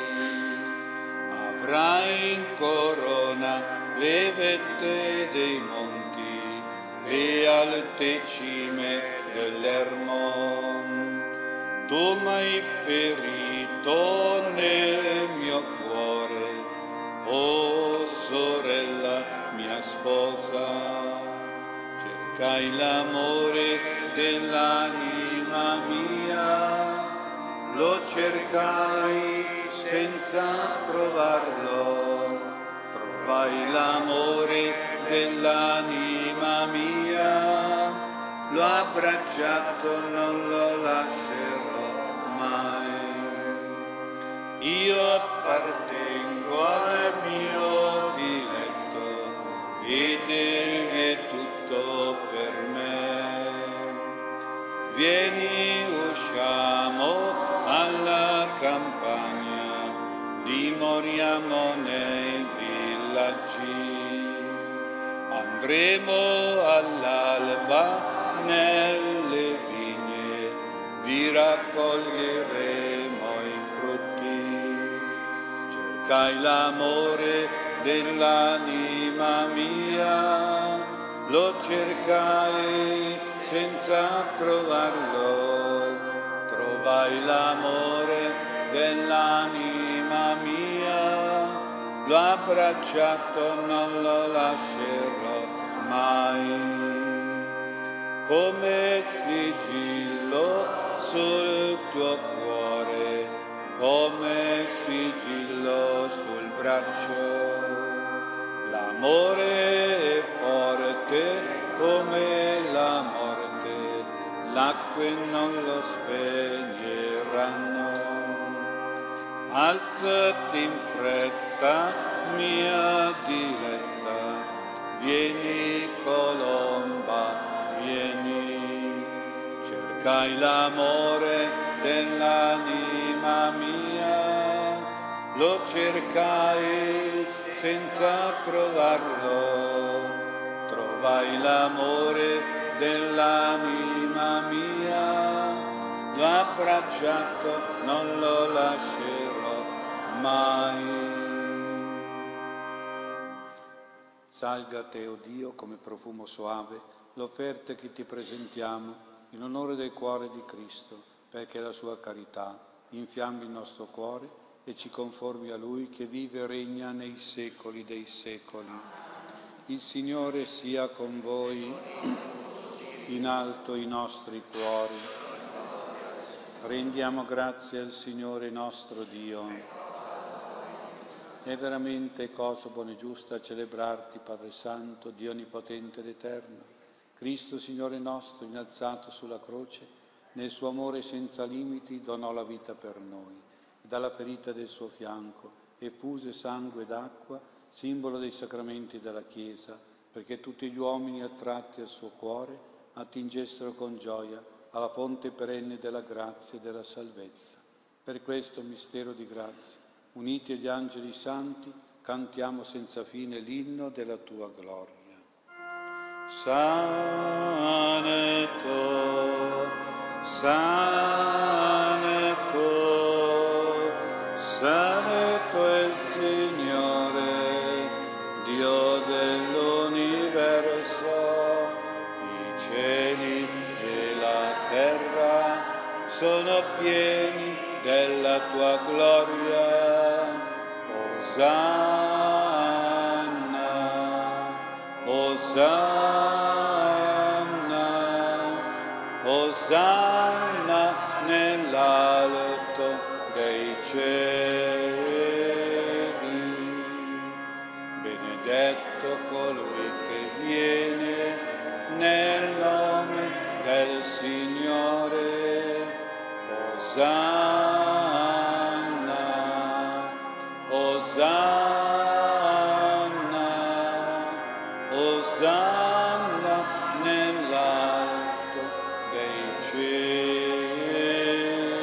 Avrai in corona le vette dei monti, le alte cime dell'Ermon. Tu m'hai ferito nel mio cuore, oh sorella mia sposa. Cercai l'amore dell'anima mia, lo cercai senza trovarlo, trovai l'amore dell'anima mia, l'ho abbracciato, non lo lascerò mai. Io appartengo al mio diletto ed egli è tutto per me. Vieni, usciamo alla campagna, dimoriamo nei villaggi. Andremo all'alba nelle vigne, vi raccoglieremo i frutti. Cercai l'amore dell'anima mia, lo cercai senza trovarlo, trovai l'amore dell'anima mia, l'ho abbracciato, non lo lascerò mai. Come sigillo sul tuo cuore, come sigillo sul braccio, l'amore è forte come la morte, l'acque non lo spegneranno. Alzati in fretta, mia diletta, vieni colomba, vieni. Cercai l'amore dell'anima mia, lo cercai senza trovarlo, trovai l'amore dell'anima mia, l'ho abbracciato, non lo lascerò mai. Salga a te, o Dio, come profumo soave, l'offerta che ti presentiamo in onore del cuore di Cristo, perché la sua carità infiammi il nostro cuore e ci conformi a Lui che vive e regna nei secoli dei secoli. Il Signore sia con voi, in alto i nostri cuori. Rendiamo grazie al Signore nostro Dio. È veramente cosa buona e giusta celebrarti, Padre Santo, Dio Onnipotente ed Eterno, Cristo Signore nostro, innalzato sulla croce, nel suo amore senza limiti donò la vita per noi, e dalla ferita del suo fianco effuse sangue ed acqua, simbolo dei sacramenti della Chiesa, perché tutti gli uomini attratti al suo cuore attingessero con gioia alla fonte perenne della grazia e della salvezza. Per questo mistero di grazia, uniti agli angeli santi, cantiamo senza fine l'inno della tua gloria. Santo, Santo, Santo è il Signore, Dio dell'universo, i cieli e la terra sono pieni della tua gloria. Osanna, Osanna, Osanna nell'alto dei cieli. Benedetto colui che viene nel nome del Signore. Osanna, Osanna, Osanna nell'alto dei cieli.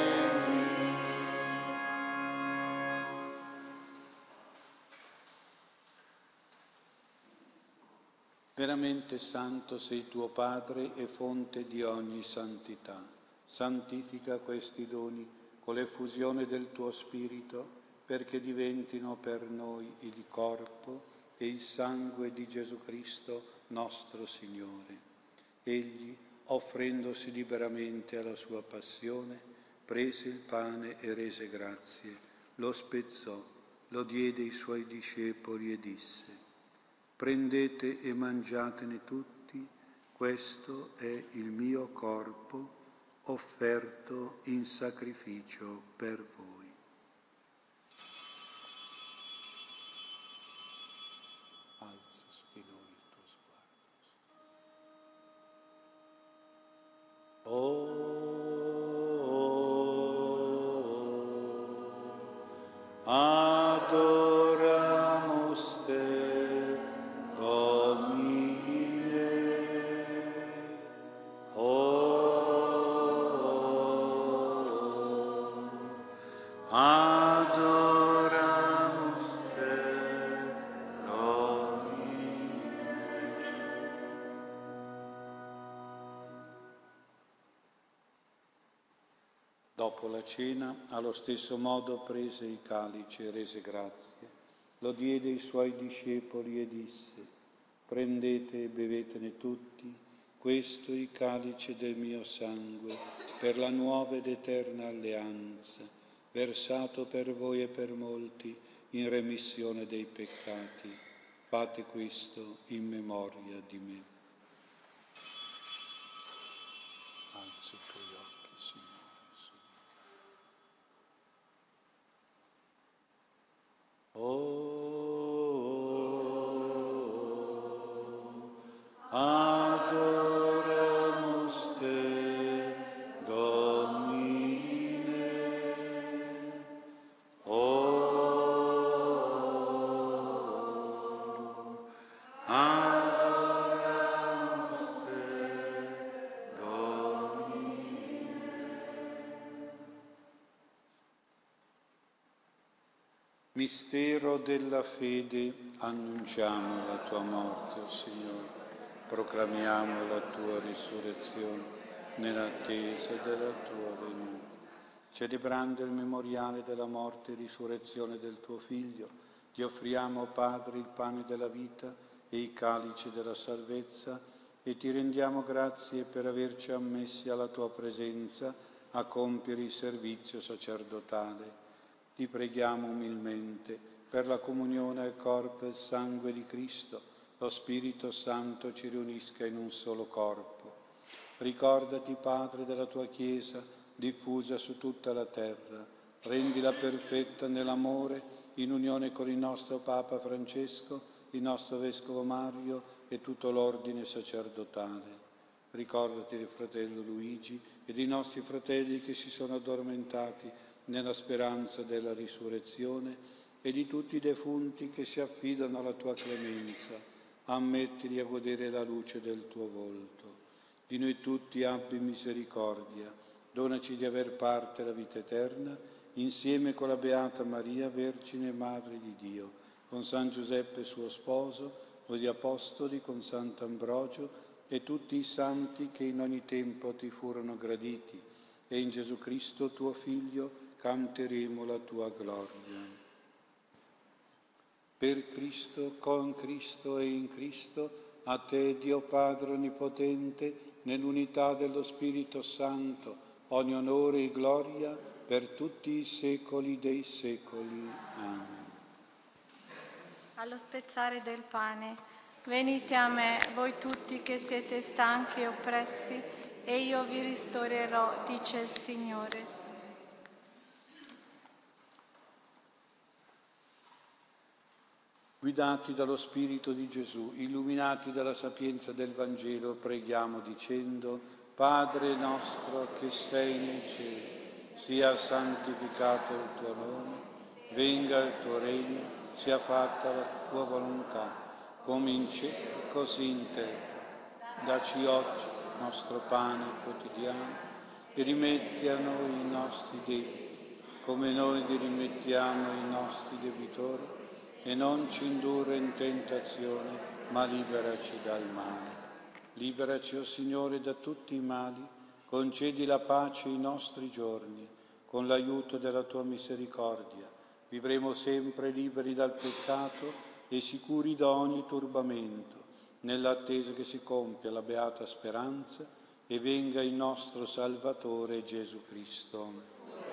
Veramente santo sei tuo Padre e fonte di ogni santità. Santifica questi doni con l'effusione del tuo Spirito, perché diventino per noi il corpo e il sangue di Gesù Cristo, nostro Signore. Egli, offrendosi liberamente alla sua passione, prese il pane e rese grazie, lo spezzò, lo diede ai suoi discepoli e disse: prendete e mangiatene tutti, questo è il mio corpo offerto in sacrificio per voi. Alza su di noi il tuo sguardo. Oh, adoramus te, Domine. Oh, adoramus te, Domine. Dopo la cena, allo stesso modo prese il calice e rese grazie, lo diede ai suoi discepoli e disse: prendete e bevetene tutti, questo è il calice del mio sangue, per la nuova ed eterna alleanza, versato per voi e per molti in remissione dei peccati. Fate questo in memoria di me. Alza i tuoi occhi, Signore, su di me. Oh, adoramus te, Domine. Oh, adoramus te, Domine. Mistero della fede, annunciamo la tua morte, o Signore. Proclamiamo la tua risurrezione nell'attesa della tua venuta. Celebrando il memoriale della morte e risurrezione del tuo Figlio, ti offriamo, Padre, il pane della vita e il calice della salvezza e ti rendiamo grazie per averci ammessi alla tua presenza a compiere il servizio sacerdotale. Ti preghiamo umilmente per la comunione al corpo e al sangue di Cristo, lo Spirito Santo ci riunisca in un solo corpo. Ricordati, Padre, della tua Chiesa diffusa su tutta la terra, rendila perfetta nell'amore, in unione con il nostro Papa Francesco, il nostro Vescovo Mario e tutto l'ordine sacerdotale. Ricordati del fratello Luigi e dei nostri fratelli che si sono addormentati nella speranza della risurrezione e di tutti i defunti che si affidano alla tua clemenza. Ammettili a godere la luce del tuo volto. Di noi tutti abbi misericordia, donaci di aver parte la vita eterna, insieme con la Beata Maria, Vergine e Madre di Dio, con San Giuseppe suo sposo, con gli Apostoli, con Sant'Ambrogio e tutti i santi che in ogni tempo ti furono graditi, e in Gesù Cristo tuo Figlio canteremo la tua gloria. Per Cristo, con Cristo e in Cristo, a te, Dio Padre Onnipotente, nell'unità dello Spirito Santo, ogni onore e gloria per tutti i secoli dei secoli. Amen. Allo spezzare del pane, venite a me, voi tutti che siete stanchi e oppressi, e io vi ristorerò, dice il Signore. Guidati dallo Spirito di Gesù, illuminati dalla sapienza del Vangelo, preghiamo dicendo: Padre nostro che sei nei cieli, sia santificato il tuo nome, venga il tuo regno, sia fatta la tua volontà, come in cielo così in terra. Dacci oggi il nostro pane quotidiano e rimetti a noi i nostri debiti, come noi li rimettiamo ai nostri debitori, e non ci indurre in tentazione, ma liberaci dal male. Liberaci, o Signore, da tutti i mali, concedi la pace ai nostri giorni, con l'aiuto della tua misericordia. Vivremo sempre liberi dal peccato e sicuri da ogni turbamento, nell'attesa che si compia la beata speranza e venga il nostro Salvatore Gesù Cristo.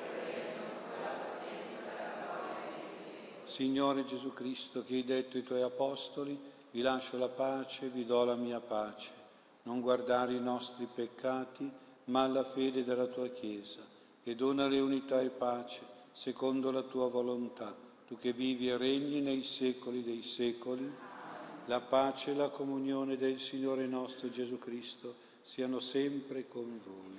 Signore Gesù Cristo, che hai detto ai tuoi apostoli: vi lascio la pace, vi do la mia pace. Non guardare i nostri peccati, ma la fede della tua Chiesa, e donale unità e pace, secondo la tua volontà, tu che vivi e regni nei secoli dei secoli. La pace e la comunione del Signore nostro Gesù Cristo siano sempre con voi.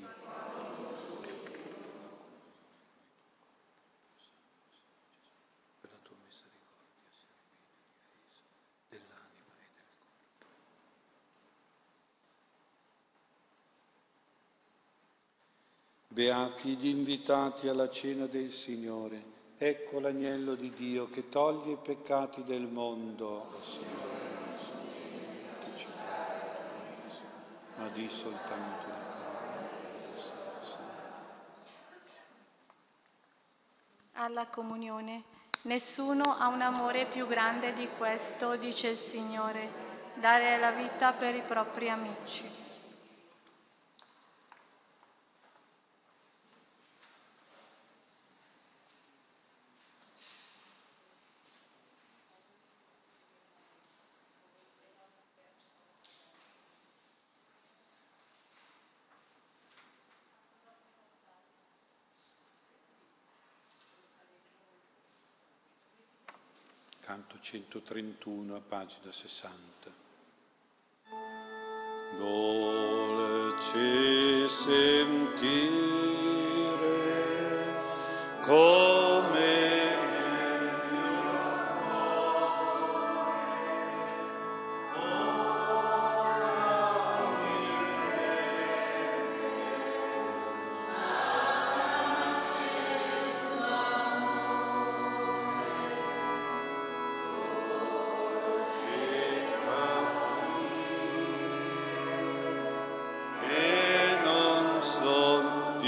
Beati gli invitati alla cena del Signore. Ecco l'agnello di Dio che toglie i peccati del mondo. Oh Signore, ma di soltanto le parole. Alla comunione. Nessuno ha un amore più grande di questo, dice il Signore, dare la vita per i propri amici. Canto centotrentuno, a pagina sessanta. Dolce sentire come che non son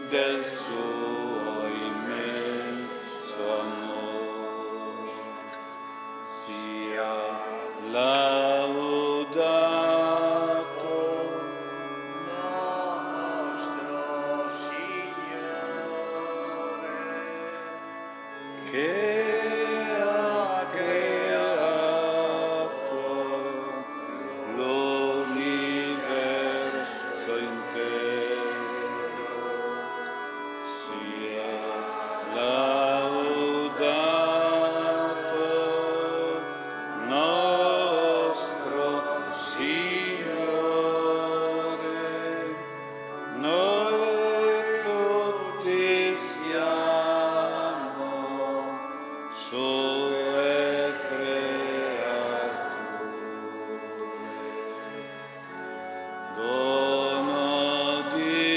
del suo immenso amore. Sia laudato nostro Signore, che ha creato l'universo intero. Sia laudato nostro Signore. Noi tutti siamo sue creature, dono di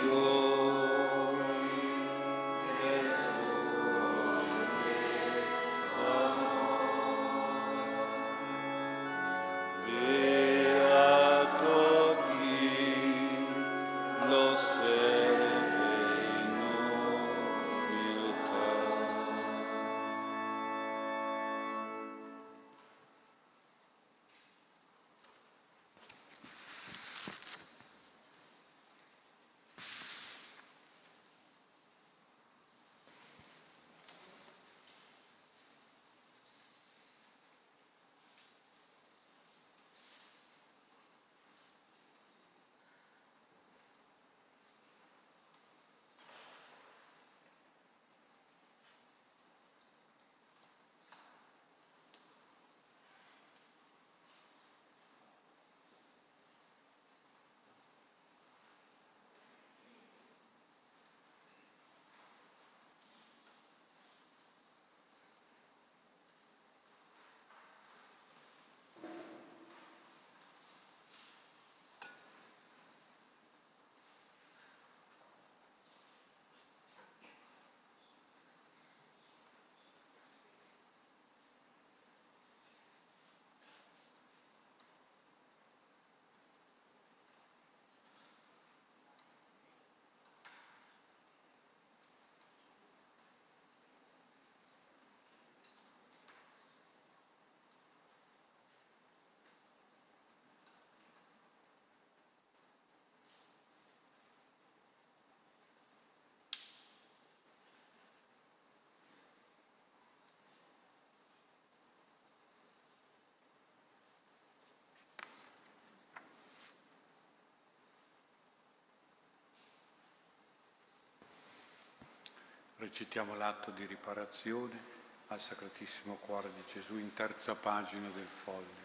lui del suo immenso amore. Beato chi lo serve in umiltà. Recitiamo l'atto di riparazione al Sacratissimo Cuore di Gesù in terza pagina del foglio.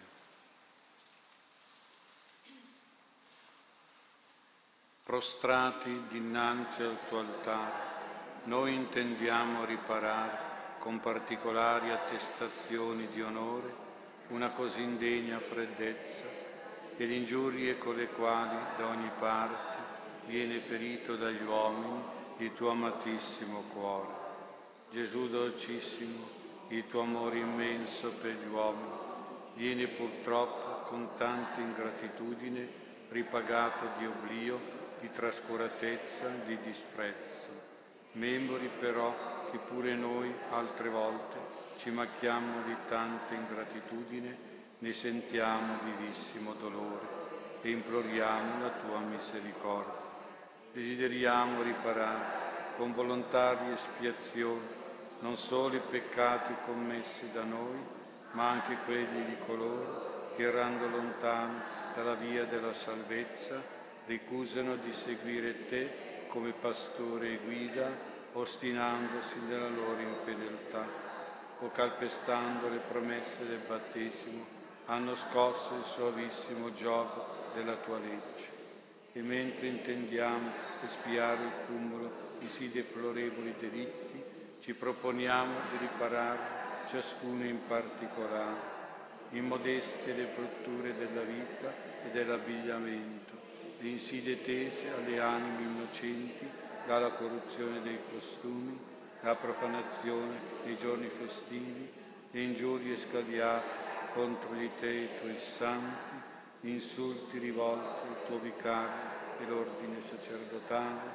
Prostrati dinanzi al tuo altare, noi intendiamo riparare con particolari attestazioni di onore una così indegna freddezza e le ingiurie con le quali da ogni parte viene ferito dagli uomini il tuo amatissimo cuore. Gesù dolcissimo, il tuo amore immenso per gli uomini viene purtroppo con tanta ingratitudine ripagato di oblio, di trascuratezza, di disprezzo. Membri però che pure noi altre volte ci macchiamo di tanta ingratitudine, ne sentiamo vivissimo dolore e imploriamo la tua misericordia. Desideriamo riparare con volontarie espiazioni non solo i peccati commessi da noi, ma anche quelli di coloro che, errando lontano dalla via della salvezza, ricusano di seguire te come pastore e guida, ostinandosi nella loro infedeltà, o calpestando le promesse del battesimo, hanno scosso il soavissimo gioco della tua legge. E mentre intendiamo espiare il cumulo di sì deplorevoli delitti, ci proponiamo di riparare ciascuno in particolare, in modestie le brutture della vita e dell'abbigliamento, le insidie tese alle anime innocenti dalla corruzione dei costumi, la profanazione dei giorni festivi, le ingiurie scagliate contro di te e i tuoi santi, gli insulti rivolti al tuo vicario e l'ordine sacerdotale,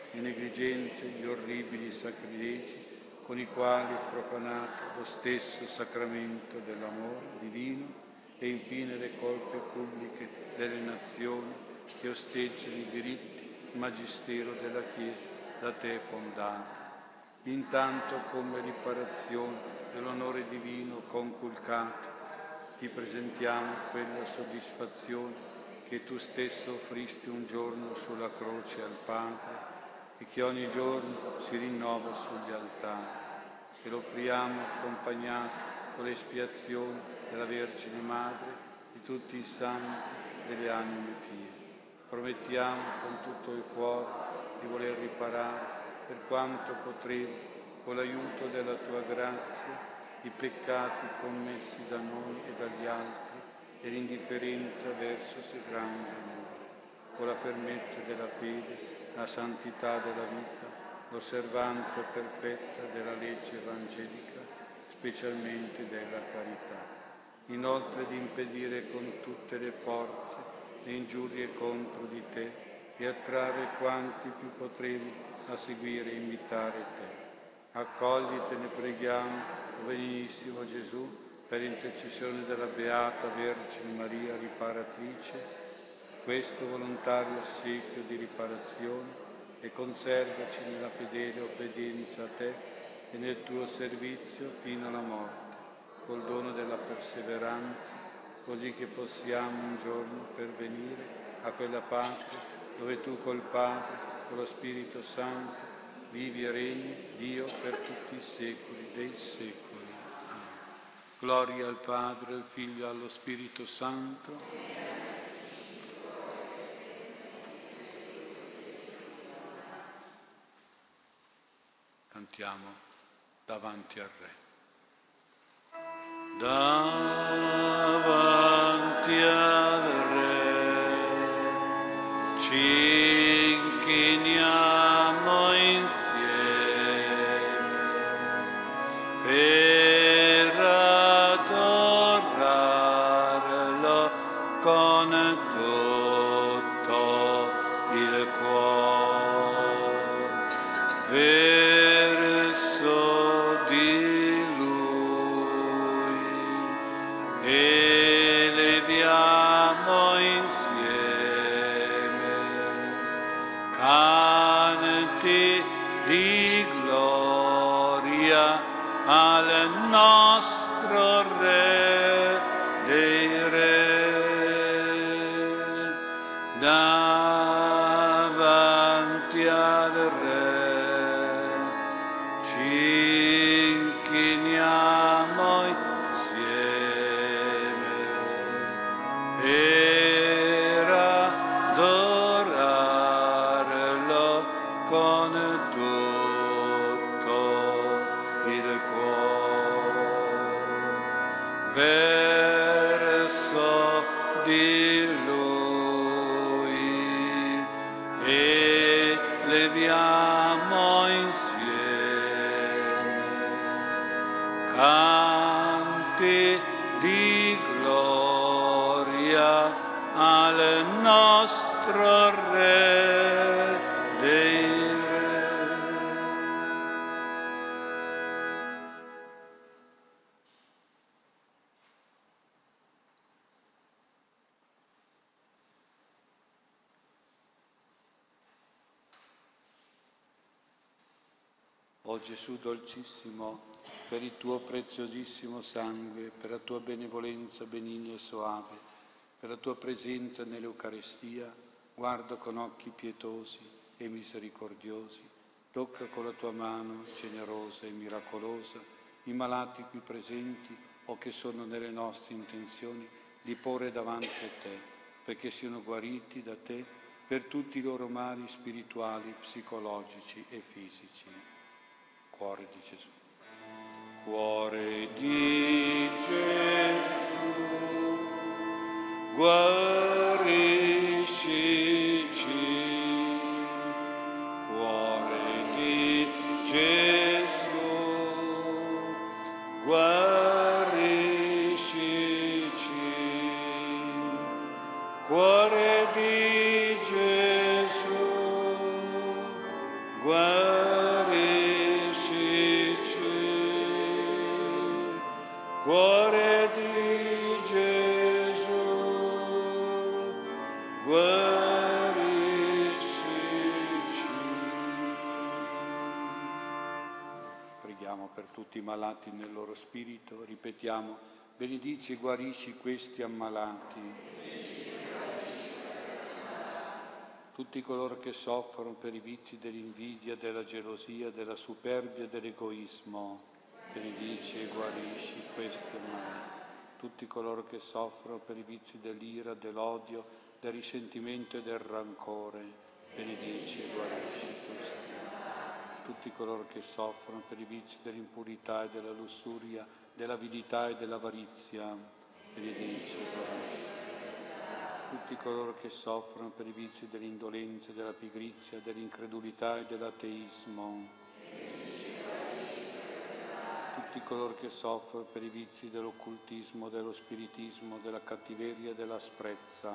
le negligenze, gli orribili sacrilegi con i quali è profanato lo stesso sacramento dell'amore divino, e infine le colpe pubbliche delle nazioni che osteggiano i diritti, il magistero della Chiesa da te fondata. Intanto, come riparazione dell'onore divino conculcato, ti presentiamo quella soddisfazione che tu stesso offristi un giorno sulla croce al Padre e che ogni giorno si rinnova sugli altari. Te lo offriamo accompagnato con l'espiazione della Vergine Madre, di tutti i santi, delle anime pie. Promettiamo con tutto il cuore di voler riparare, per quanto potremo, con l'aiuto della tua grazia, i peccati commessi da noi e dagli altri e l'indifferenza verso se grande amore, con la fermezza della fede, la santità della vita, l'osservanza perfetta della legge evangelica, specialmente della carità. Inoltre di impedire con tutte le forze le ingiurie contro di te e attrarre quanti più potremo a seguire e imitare te. Accogli, te ne preghiamo, o benissimo Gesù, per intercessione della Beata Vergine Maria Riparatrice, questo volontario ossequio di riparazione, e conservaci nella fedele obbedienza a te e nel tuo servizio fino alla morte, col dono della perseveranza, così che possiamo un giorno pervenire a quella patria dove tu col Padre, con lo Spirito Santo, vivi e regni, Dio, per tutti i secoli dei secoli. Amen. Gloria al Padre, al Figlio e allo Spirito Santo. Cantiamo davanti al Re. Davanti al Re ci inchiniamo insieme per adorarlo con tutto il cuore. Verso di Lui eleviamo insieme canti di gloria al nostro Re dei Re. Davanti al Re ci inchiniamo insieme per adorarlo con tutto il cuore. Verso di Lui eleviamo insieme canti di gloria al nostro Re dei Re. O Gesù dolcissimo, per il tuo preziosissimo sangue, per la tua benevolenza benigna e soave, per la tua presenza nell'Eucarestia, guarda con occhi pietosi e misericordiosi, tocca con la tua mano generosa e miracolosa i malati qui presenti o che sono nelle nostre intenzioni di porre davanti a te, perché siano guariti da te per tutti i loro mali spirituali, psicologici e fisici. Cuore di Gesù. Cuore di Gesù, guariscici. Cuore di Gesù, guariscici. Cuore di Gesù, guariscici. Cuore di Gesù, guariscici. Preghiamo per tutti i malati nel loro spirito, ripetiamo: benedici e guarisci questi ammalati. Tutti coloro che soffrono per i vizi dell'invidia, della gelosia, della superbia e dell'egoismo, benedici e guarisci questi ammalati. Tutti coloro che soffrono per i vizi dell'ira, dell'odio, del risentimento e del rancore, benedici e guarisci questi ammalati. Tutti coloro che soffrono per i vizi dell'impurità e della lussuria, dell'avidità e dell'avarizia, benedici e guarisci. Tutti coloro che soffrono per i vizi dell'indolenza, della pigrizia, dell'incredulità e dell'ateismo. Tutti coloro che soffrono per i vizi dell'occultismo, dello spiritismo, della cattiveria e dell'asprezza.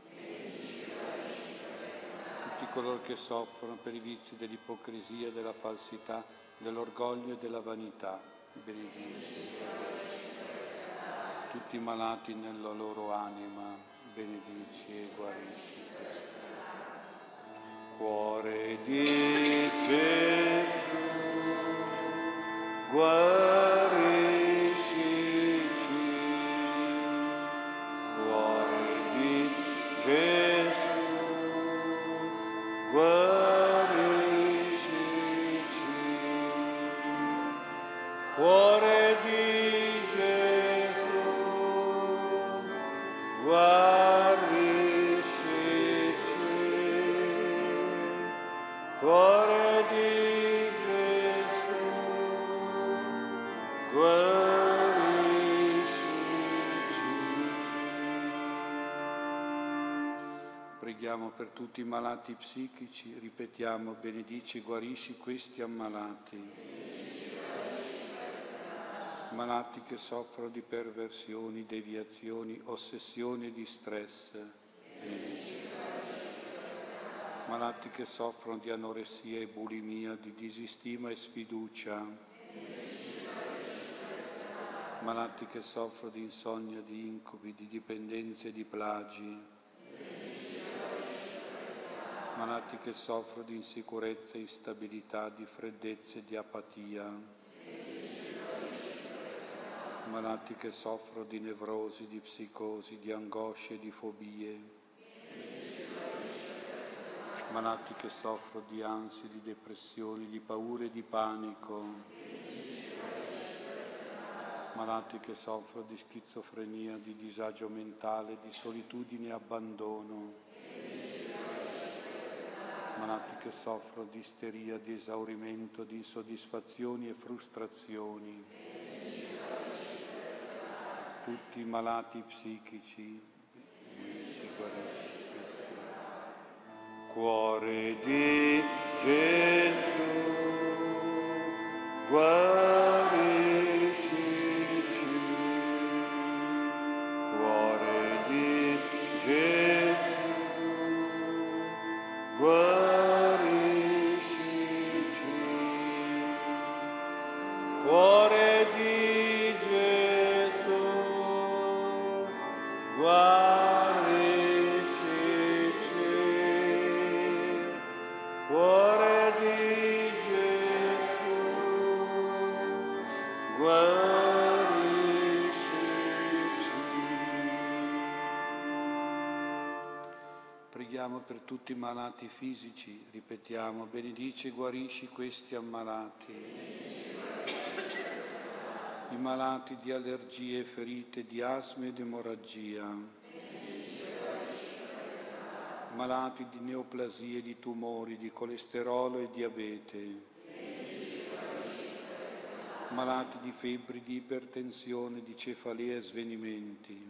Tutti coloro che soffrono per i vizi dell'ipocrisia, della falsità, dell'orgoglio e della vanità. Benedici. Tutti i malati nella loro anima. Benedici e guarisci. Cuore di Gesù, guariscici. Cuore di Gesù, guariscici. Cuore di Gesù, guariscici. Cuore di Gesù, guariscici. Preghiamo per tutti i malati psichici, ripetiamo: benedici e guarisci questi ammalati. Malati che soffrono di perversioni, deviazioni, ossessioni e di stress, benedici. Malati che soffrono di anoressia e bulimia, di disistima e sfiducia. Malati che soffrono di insonnia, di incubi, di dipendenze e di plagi. Malati che soffrono di insicurezza, instabilità, di freddezza e di apatia. Malati che soffrono di nevrosi, di psicosi, di angosce e di fobie. Malati che soffrono di ansie, di depressioni, di paure e di panico. Malati che soffrono di schizofrenia, di disagio mentale, di solitudine e abbandono. Malati che soffrono di isteria, di esaurimento, di insoddisfazioni e frustrazioni. Tutti i malati psichici, benedici, guarisci questi. Cuore di Gesù, guariscici. Cuore di Gesù, guariscici. Cuore di guariscici. Cuore di Gesù, guariscici. Preghiamo per tutti i malati fisici, ripetiamo: benedici e guarisci questi ammalati. I malati di allergie, ferite, di asma ed emorragia, malati di neoplasie, di tumori, di colesterolo e diabete, malati di febbri, di ipertensione, di cefalea e svenimenti,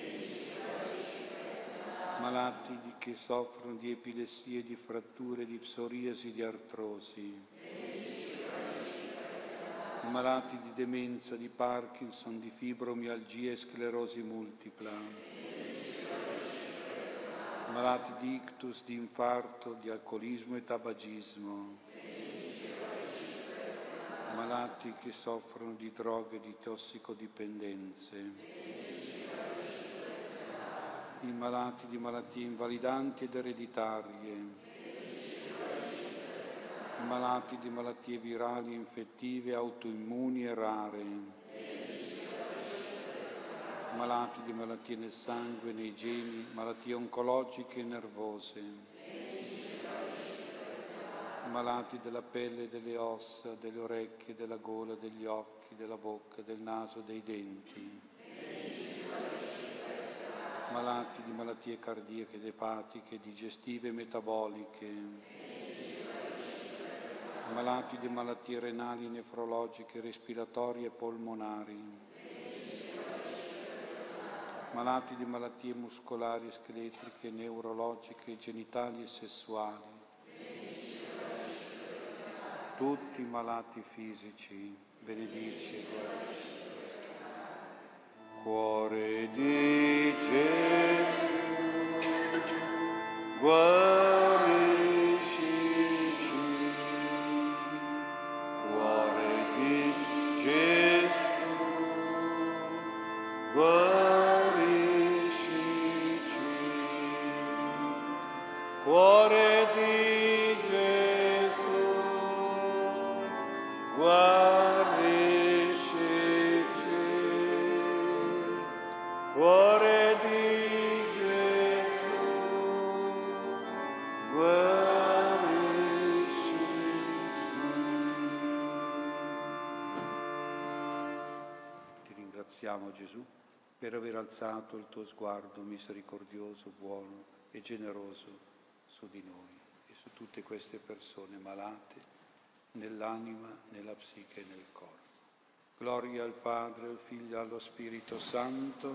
malati di, che soffrono di epilessie, di fratture, di psoriasi, di artrosi, malati di demenza, di Parkinson, di fibromialgia e sclerosi multipla, malati di ictus, di infarto, di alcolismo e tabagismo, malati che soffrono di droghe e di tossicodipendenze, i malati di malattie invalidanti ed ereditarie, i malati di malattie virali infettive, autoimmuni e rare, malati di malattie nel sangue, nei geni, malattie oncologiche e nervose, malati della pelle, delle ossa, delle orecchie, della gola, degli occhi, della bocca, del naso, dei denti, malati di malattie cardiache ed epatiche, digestive e metaboliche, malati di malattie renali, nefrologiche, respiratorie e polmonari, malati di malattie muscolari, scheletriche, neurologiche, genitali e sessuali, tutti i malati fisici, benedici e guarisci. Cuore di Gesù, guariscici. Cuore di Gesù, guariscici. Cuore di Gesù, guariscici. Cuore di Gesù, guariscici. Ti ringraziamo, Gesù, per aver alzato il tuo sguardo misericordioso, buono e generoso su di noi e su tutte queste persone malate nell'anima, nella psiche e nel corpo. Gloria al Padre, al Figlio e allo Spirito Santo.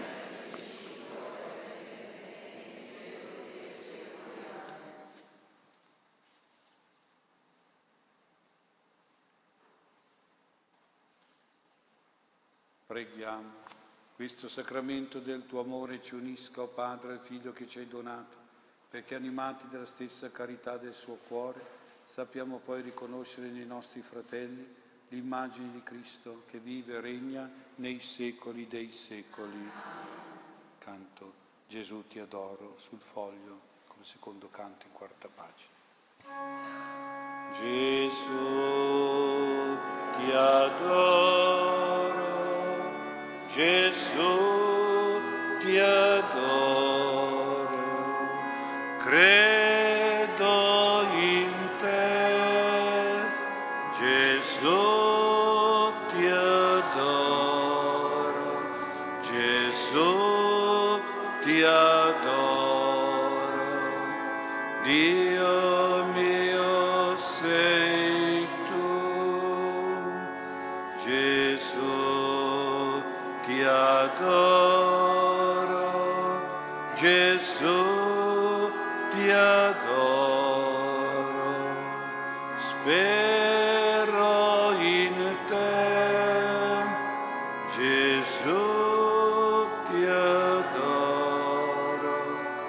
Preghiamo. Questo sacramento del tuo amore ci unisca, o Padre, al Figlio che ci hai donato, perché animati dalla stessa carità del suo cuore, sappiamo poi riconoscere nei nostri fratelli l'immagine di Cristo che vive e regna nei secoli dei secoli. Canto Gesù ti adoro sul foglio, come secondo canto in quarta pagina. Gesù ti adoro, Gesù ti adoro, credo in te, Gesù ti adoro, Gesù ti adoro, Dio mio sei tu, Gesù ti adoro, Gesù ti adoro, spero in te, Gesù ti adoro,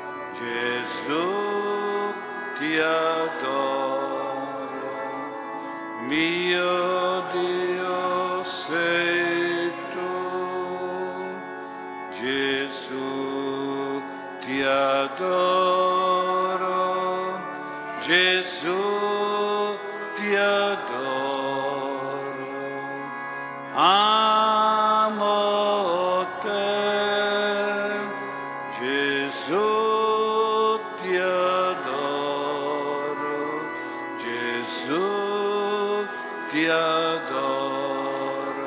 Gesù ti adoro, mio Dio sei tu, Gesù ti adoro, Gesù ti adoro, amo te, Gesù ti adoro, Gesù ti adoro,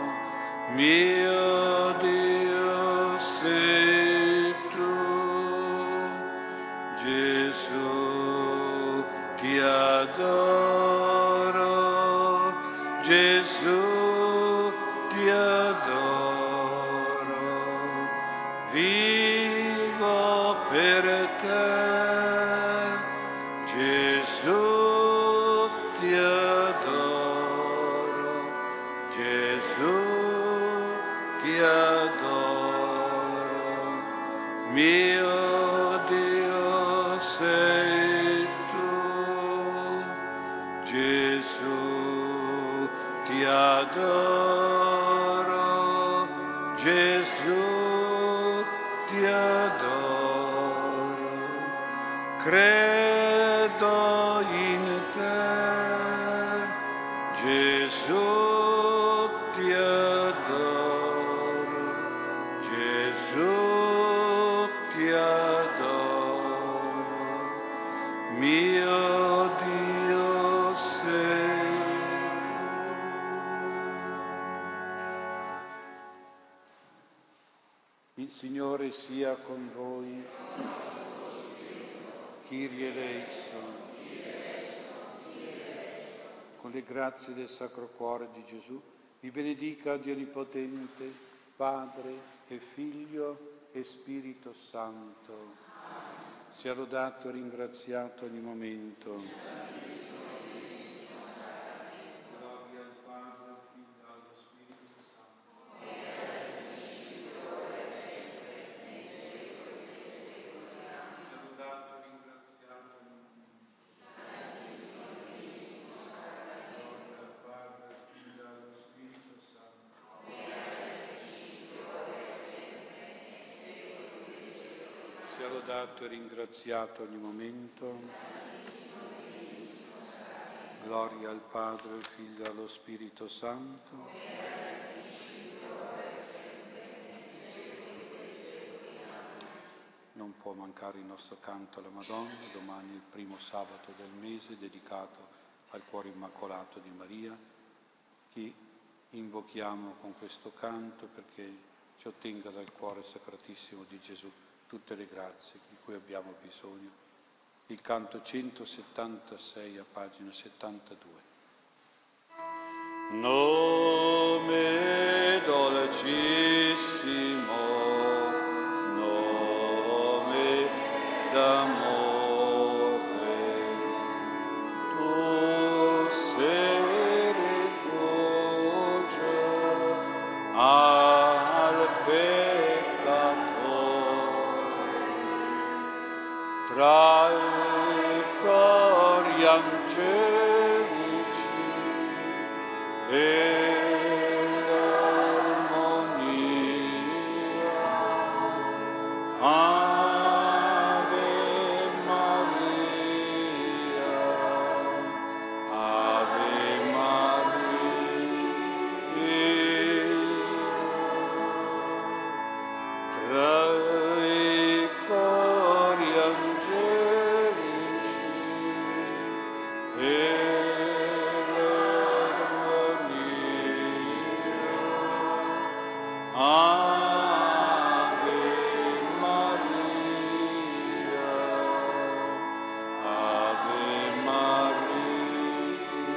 mio Dio sei tu, Gesù ti adoro, Gesù ti adoro, vivo per te, Gesù ti adoro, Gesù ti adoro, mio Dio sei tu, Gesù ti adoro, Gesù, ti adoro, credo in te, Gesù, ti adoro, Gesù, ti adoro, mio Dio sei. Il Signore sia con voi. Kyrie eleison. Con le grazie del Sacro Cuore di Gesù, vi benedica Dio Onnipotente, Padre e Figlio e Spirito Santo. Sia lodato e ringraziato ogni momento. Sia lodato e ringraziato ogni momento. Gloria al Padre, al Figlio e allo Spirito Santo. Non può mancare il nostro canto alla Madonna, domani è il primo sabato del mese dedicato al Cuore Immacolato di Maria, che invochiamo con questo canto perché ci ottenga dal Cuore Sacratissimo di Gesù tutte le grazie di cui abbiamo bisogno. Il canto centosettantasei a pagina settantadue. Nome dolcissimo, nome d'amore, tu sei rifugio al peccato. Tra i cori angelici e l'armonia, Ave Maria, Ave Maria. Tra i cori angelici e l'armonia, Ave Maria, Ave Maria.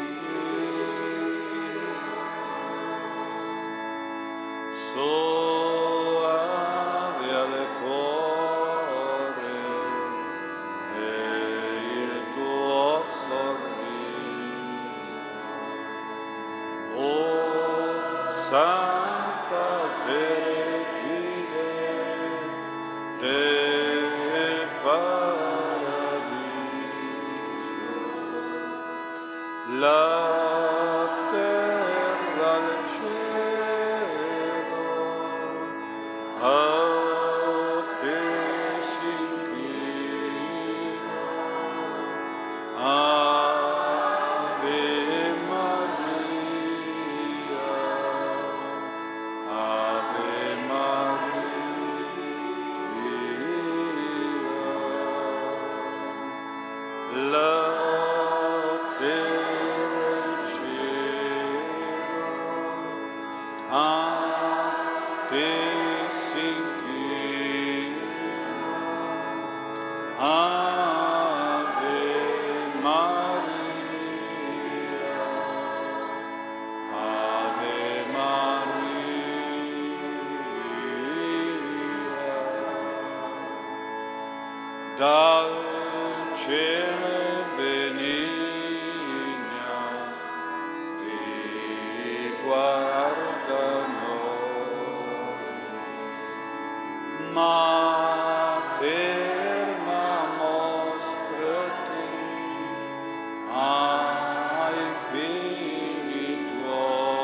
Soave al cuore e il tuo sorriso, o Santa Vergine del Paradiso, la terra al cielo a te si inchina. Ave Maria, Ave Maria. La terra e il cielo a te si inchina. Ave Maria, Ave Maria. Dal cielo benigna riguarda noi, materna mostrati ai figli tuoi.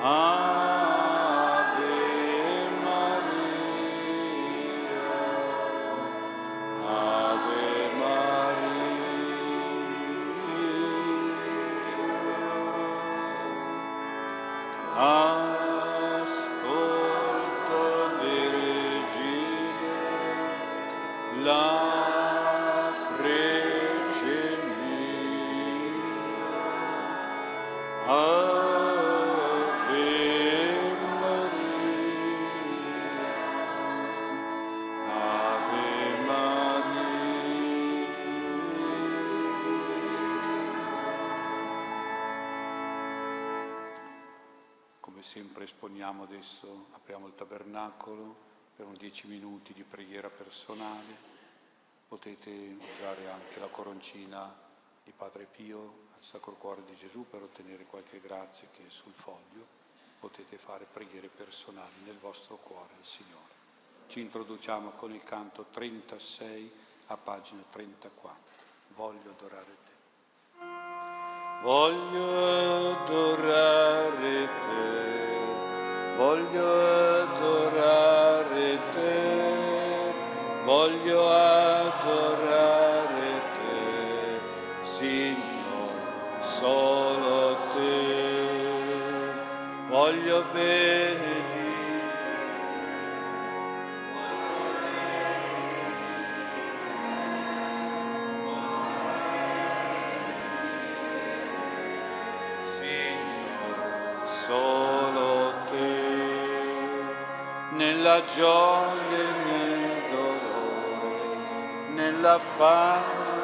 Sempre esponiamo adesso, apriamo il tabernacolo per un dieci minuti di preghiera personale. Potete usare anche la coroncina di Padre Pio al Sacro Cuore di Gesù per ottenere qualche grazia che è sul foglio. Potete fare preghiere personali nel vostro cuore al Signore. Ci introduciamo con il canto trentasei a pagina trentaquattro. Voglio adorare te. Voglio adorare te, voglio adorare te, voglio adorare te, Signore, solo te, voglio benedire. Solo te, nella gioia e nel dolore, nella pace.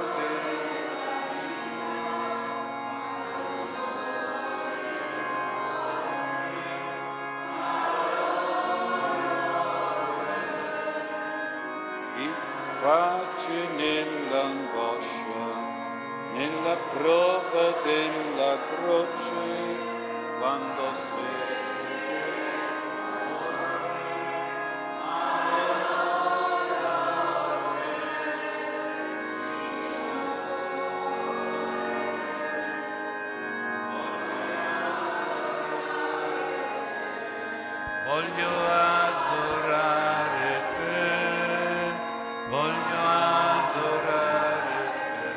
In pace nell'angoscia, nella prova della croce, quando sei voglio adorare te, voglio adorare te,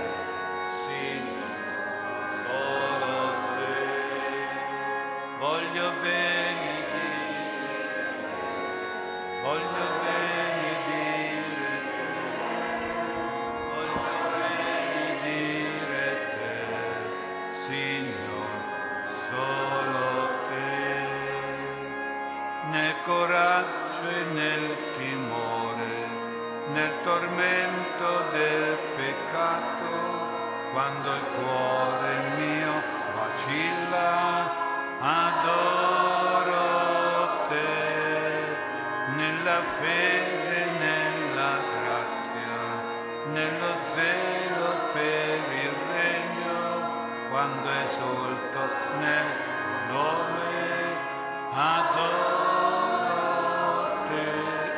Signore, solo te. Voglio benedire, voglio benedire te, voglio benedire te, Signore, solo te. Nel coraggio e nel timore, nel tormento del peccato, quando il cuore mio vacilla, adoro te, nella fede, nella grazia, nello zelo per il regno, quando esulto nel nome, adoro te,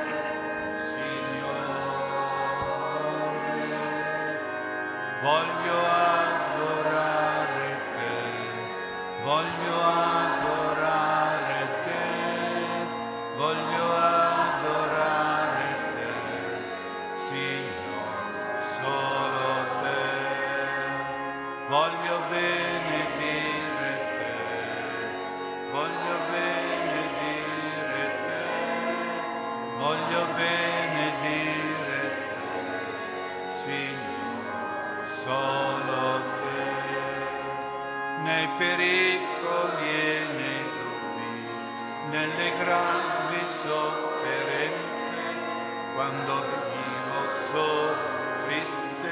Signore, voglio adorare te, voglio adorare te, voglio adorare te, Signore, solo te, voglio benedire te, voglio benedire te, voglio benedire te, Signore, solo te. Nei pericoli e nei dubbi, nelle grandi sofferenze, quando vivo so triste,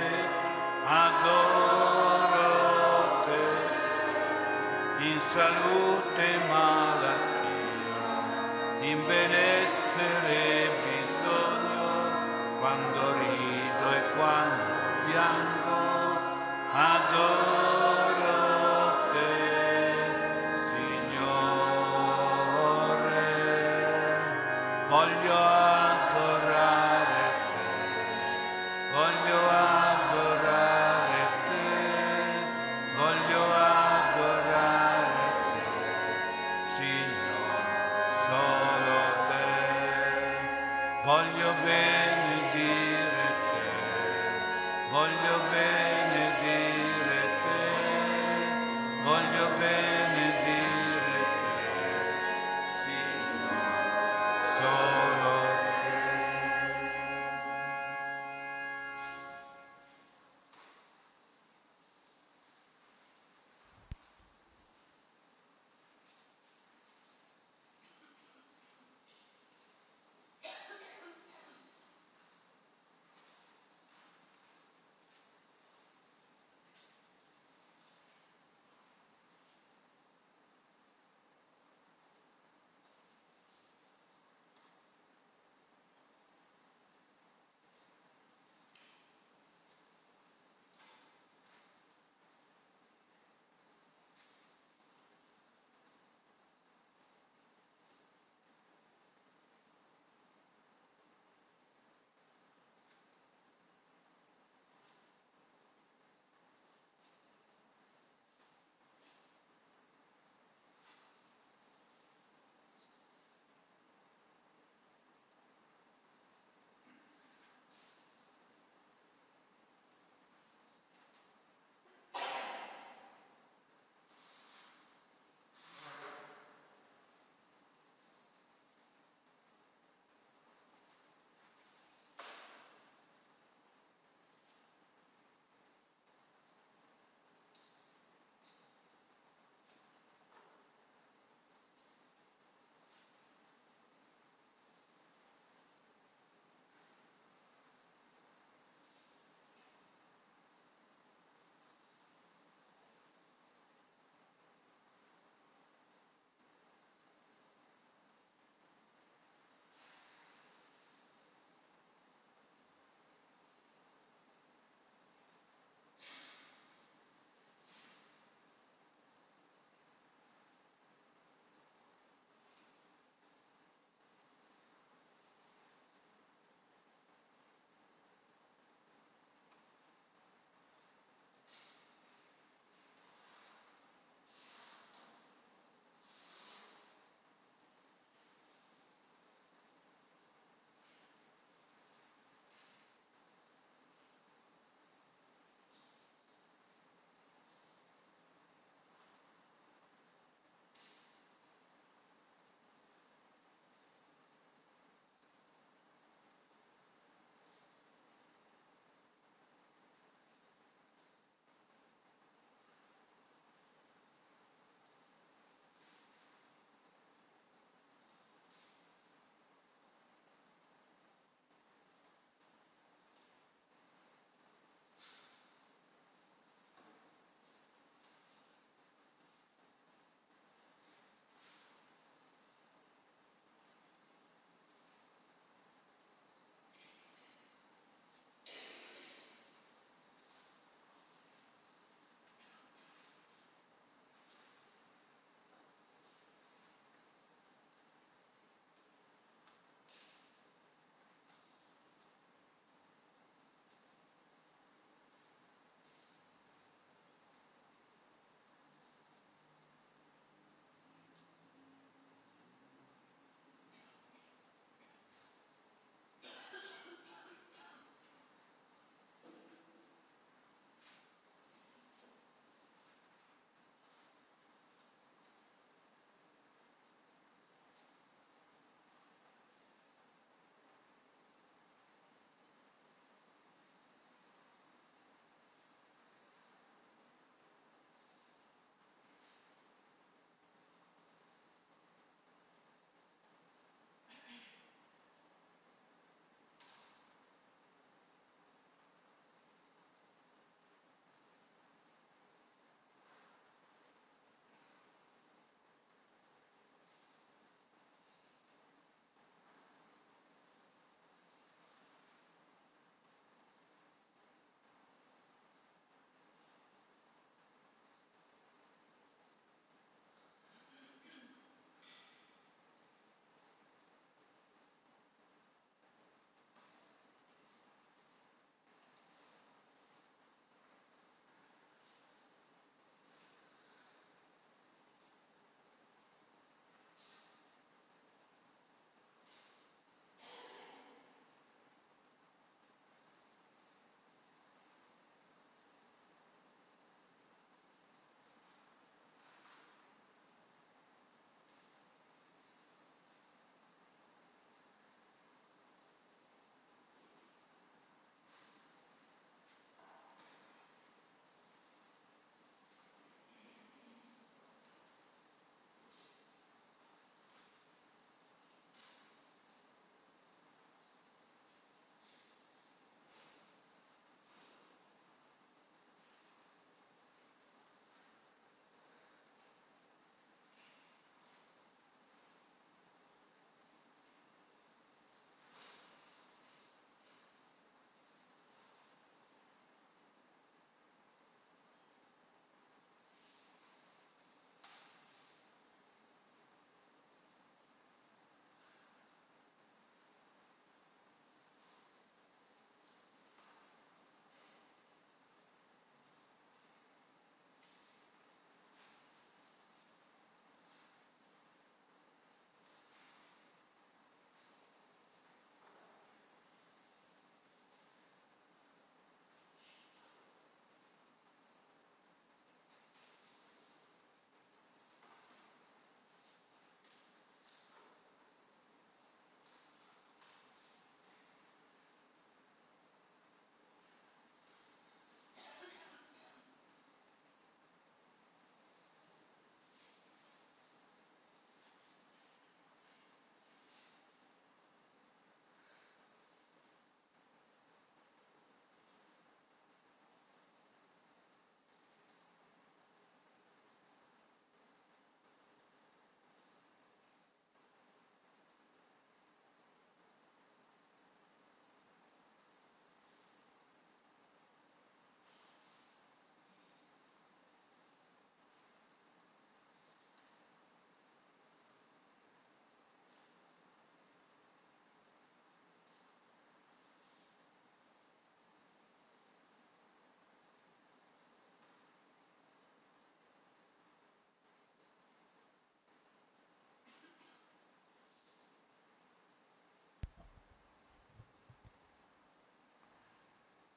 adoro te, in salute e malattia, in benessere e bisogno, quando rido e quando piango, adoro voglio adorare te, voglio adorare te, voglio adorare te, voglio benedire te, Dio, solo te.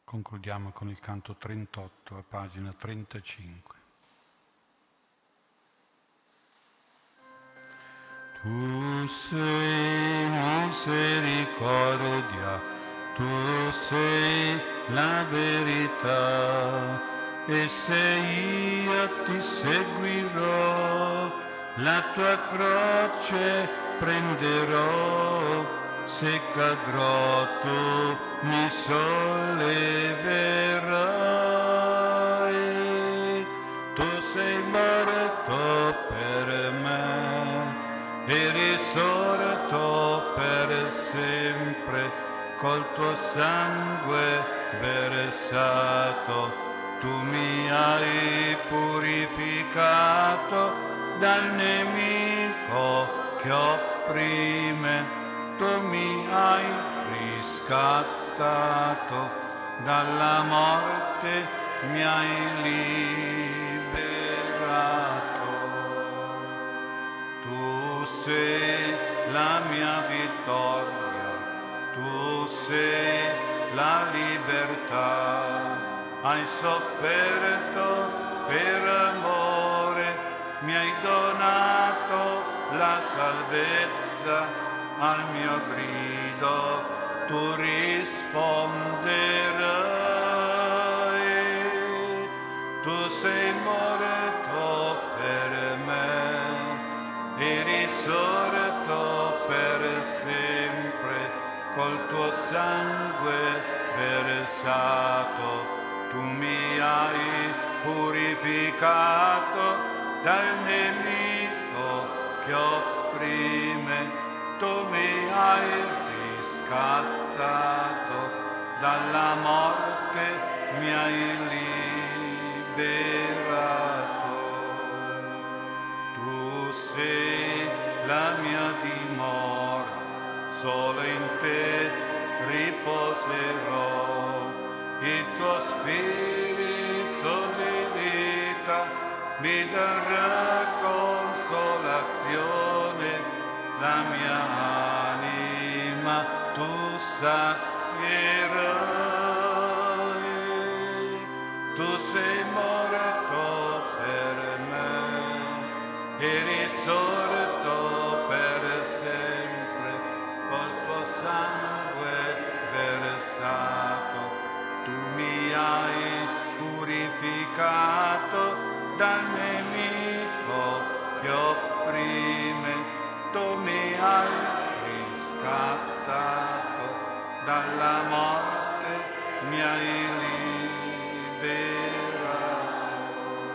Concludiamo con il canto trentotto a pagina trentacinque. Tu sei misericordia, tu sei la verità, e se io ti seguirò, la tua croce prenderò, se cadrò tu mi solleverai. Tu sei morto per me e risorto per sempre, col tuo sangue versato. Tu mi hai purificato dal nemico che opprime, tu mi hai riscattato dalla morte, mi hai liberato. Tu sei la mia vittoria, tu sei la libertà. Hai sofferto per amore, mi hai donato la salvezza, al mio grido tu risponderai. Tu sei morto per me e risorto per sempre, col tuo sangue versato. Tu mi hai purificato dal nemico che opprime, tu mi hai riscattato dalla morte, mi hai liberato. Tu sei la mia dimora, solo in te riposerò. Il tuo spirito di vita mi darà consolazione, la mia anima tu saccierai. Tu sei morto per me e risorto per sempre, col tuo sangue versato. Tu mi hai purificato dal nemico che opprime, tu mi hai riscattato dalla morte, mi hai liberato.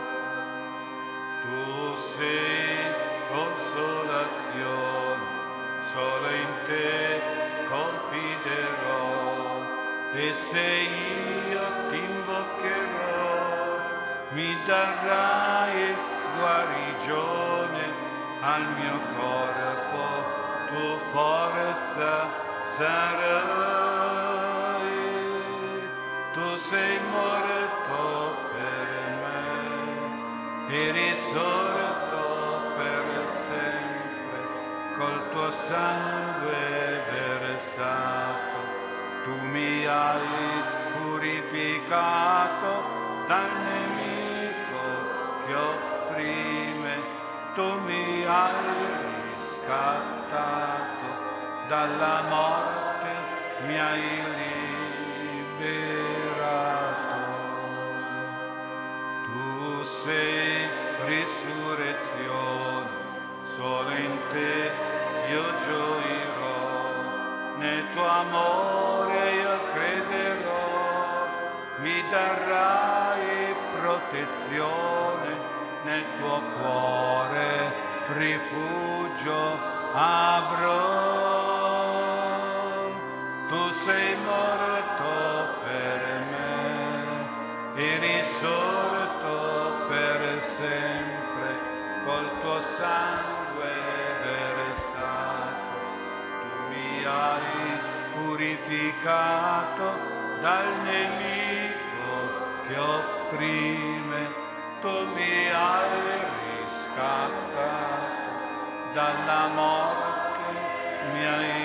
Tu sei consolazione, solo in te confiderò. E se io ti invocherò, mi darai guarigione, al mio corpo tu forza sarai. Tu sei morto per me e risorto per sempre, col tuo sangue versato. Tu mi hai purificato dal nemico che opprime, tu mi hai riscattato dalla morte, mi hai liberato. Tu sei risurrezione, solo in te io gioirò, nel tuo amore io crederò, mi darai protezione, nel tuo cuore rifugio avrò. Tu sei morto per me e risorto per sempre, col tuo sangue versato. Tu mi hai purificato dal nemico che opprime, tu mi hai riscattato dalla morte, mi hai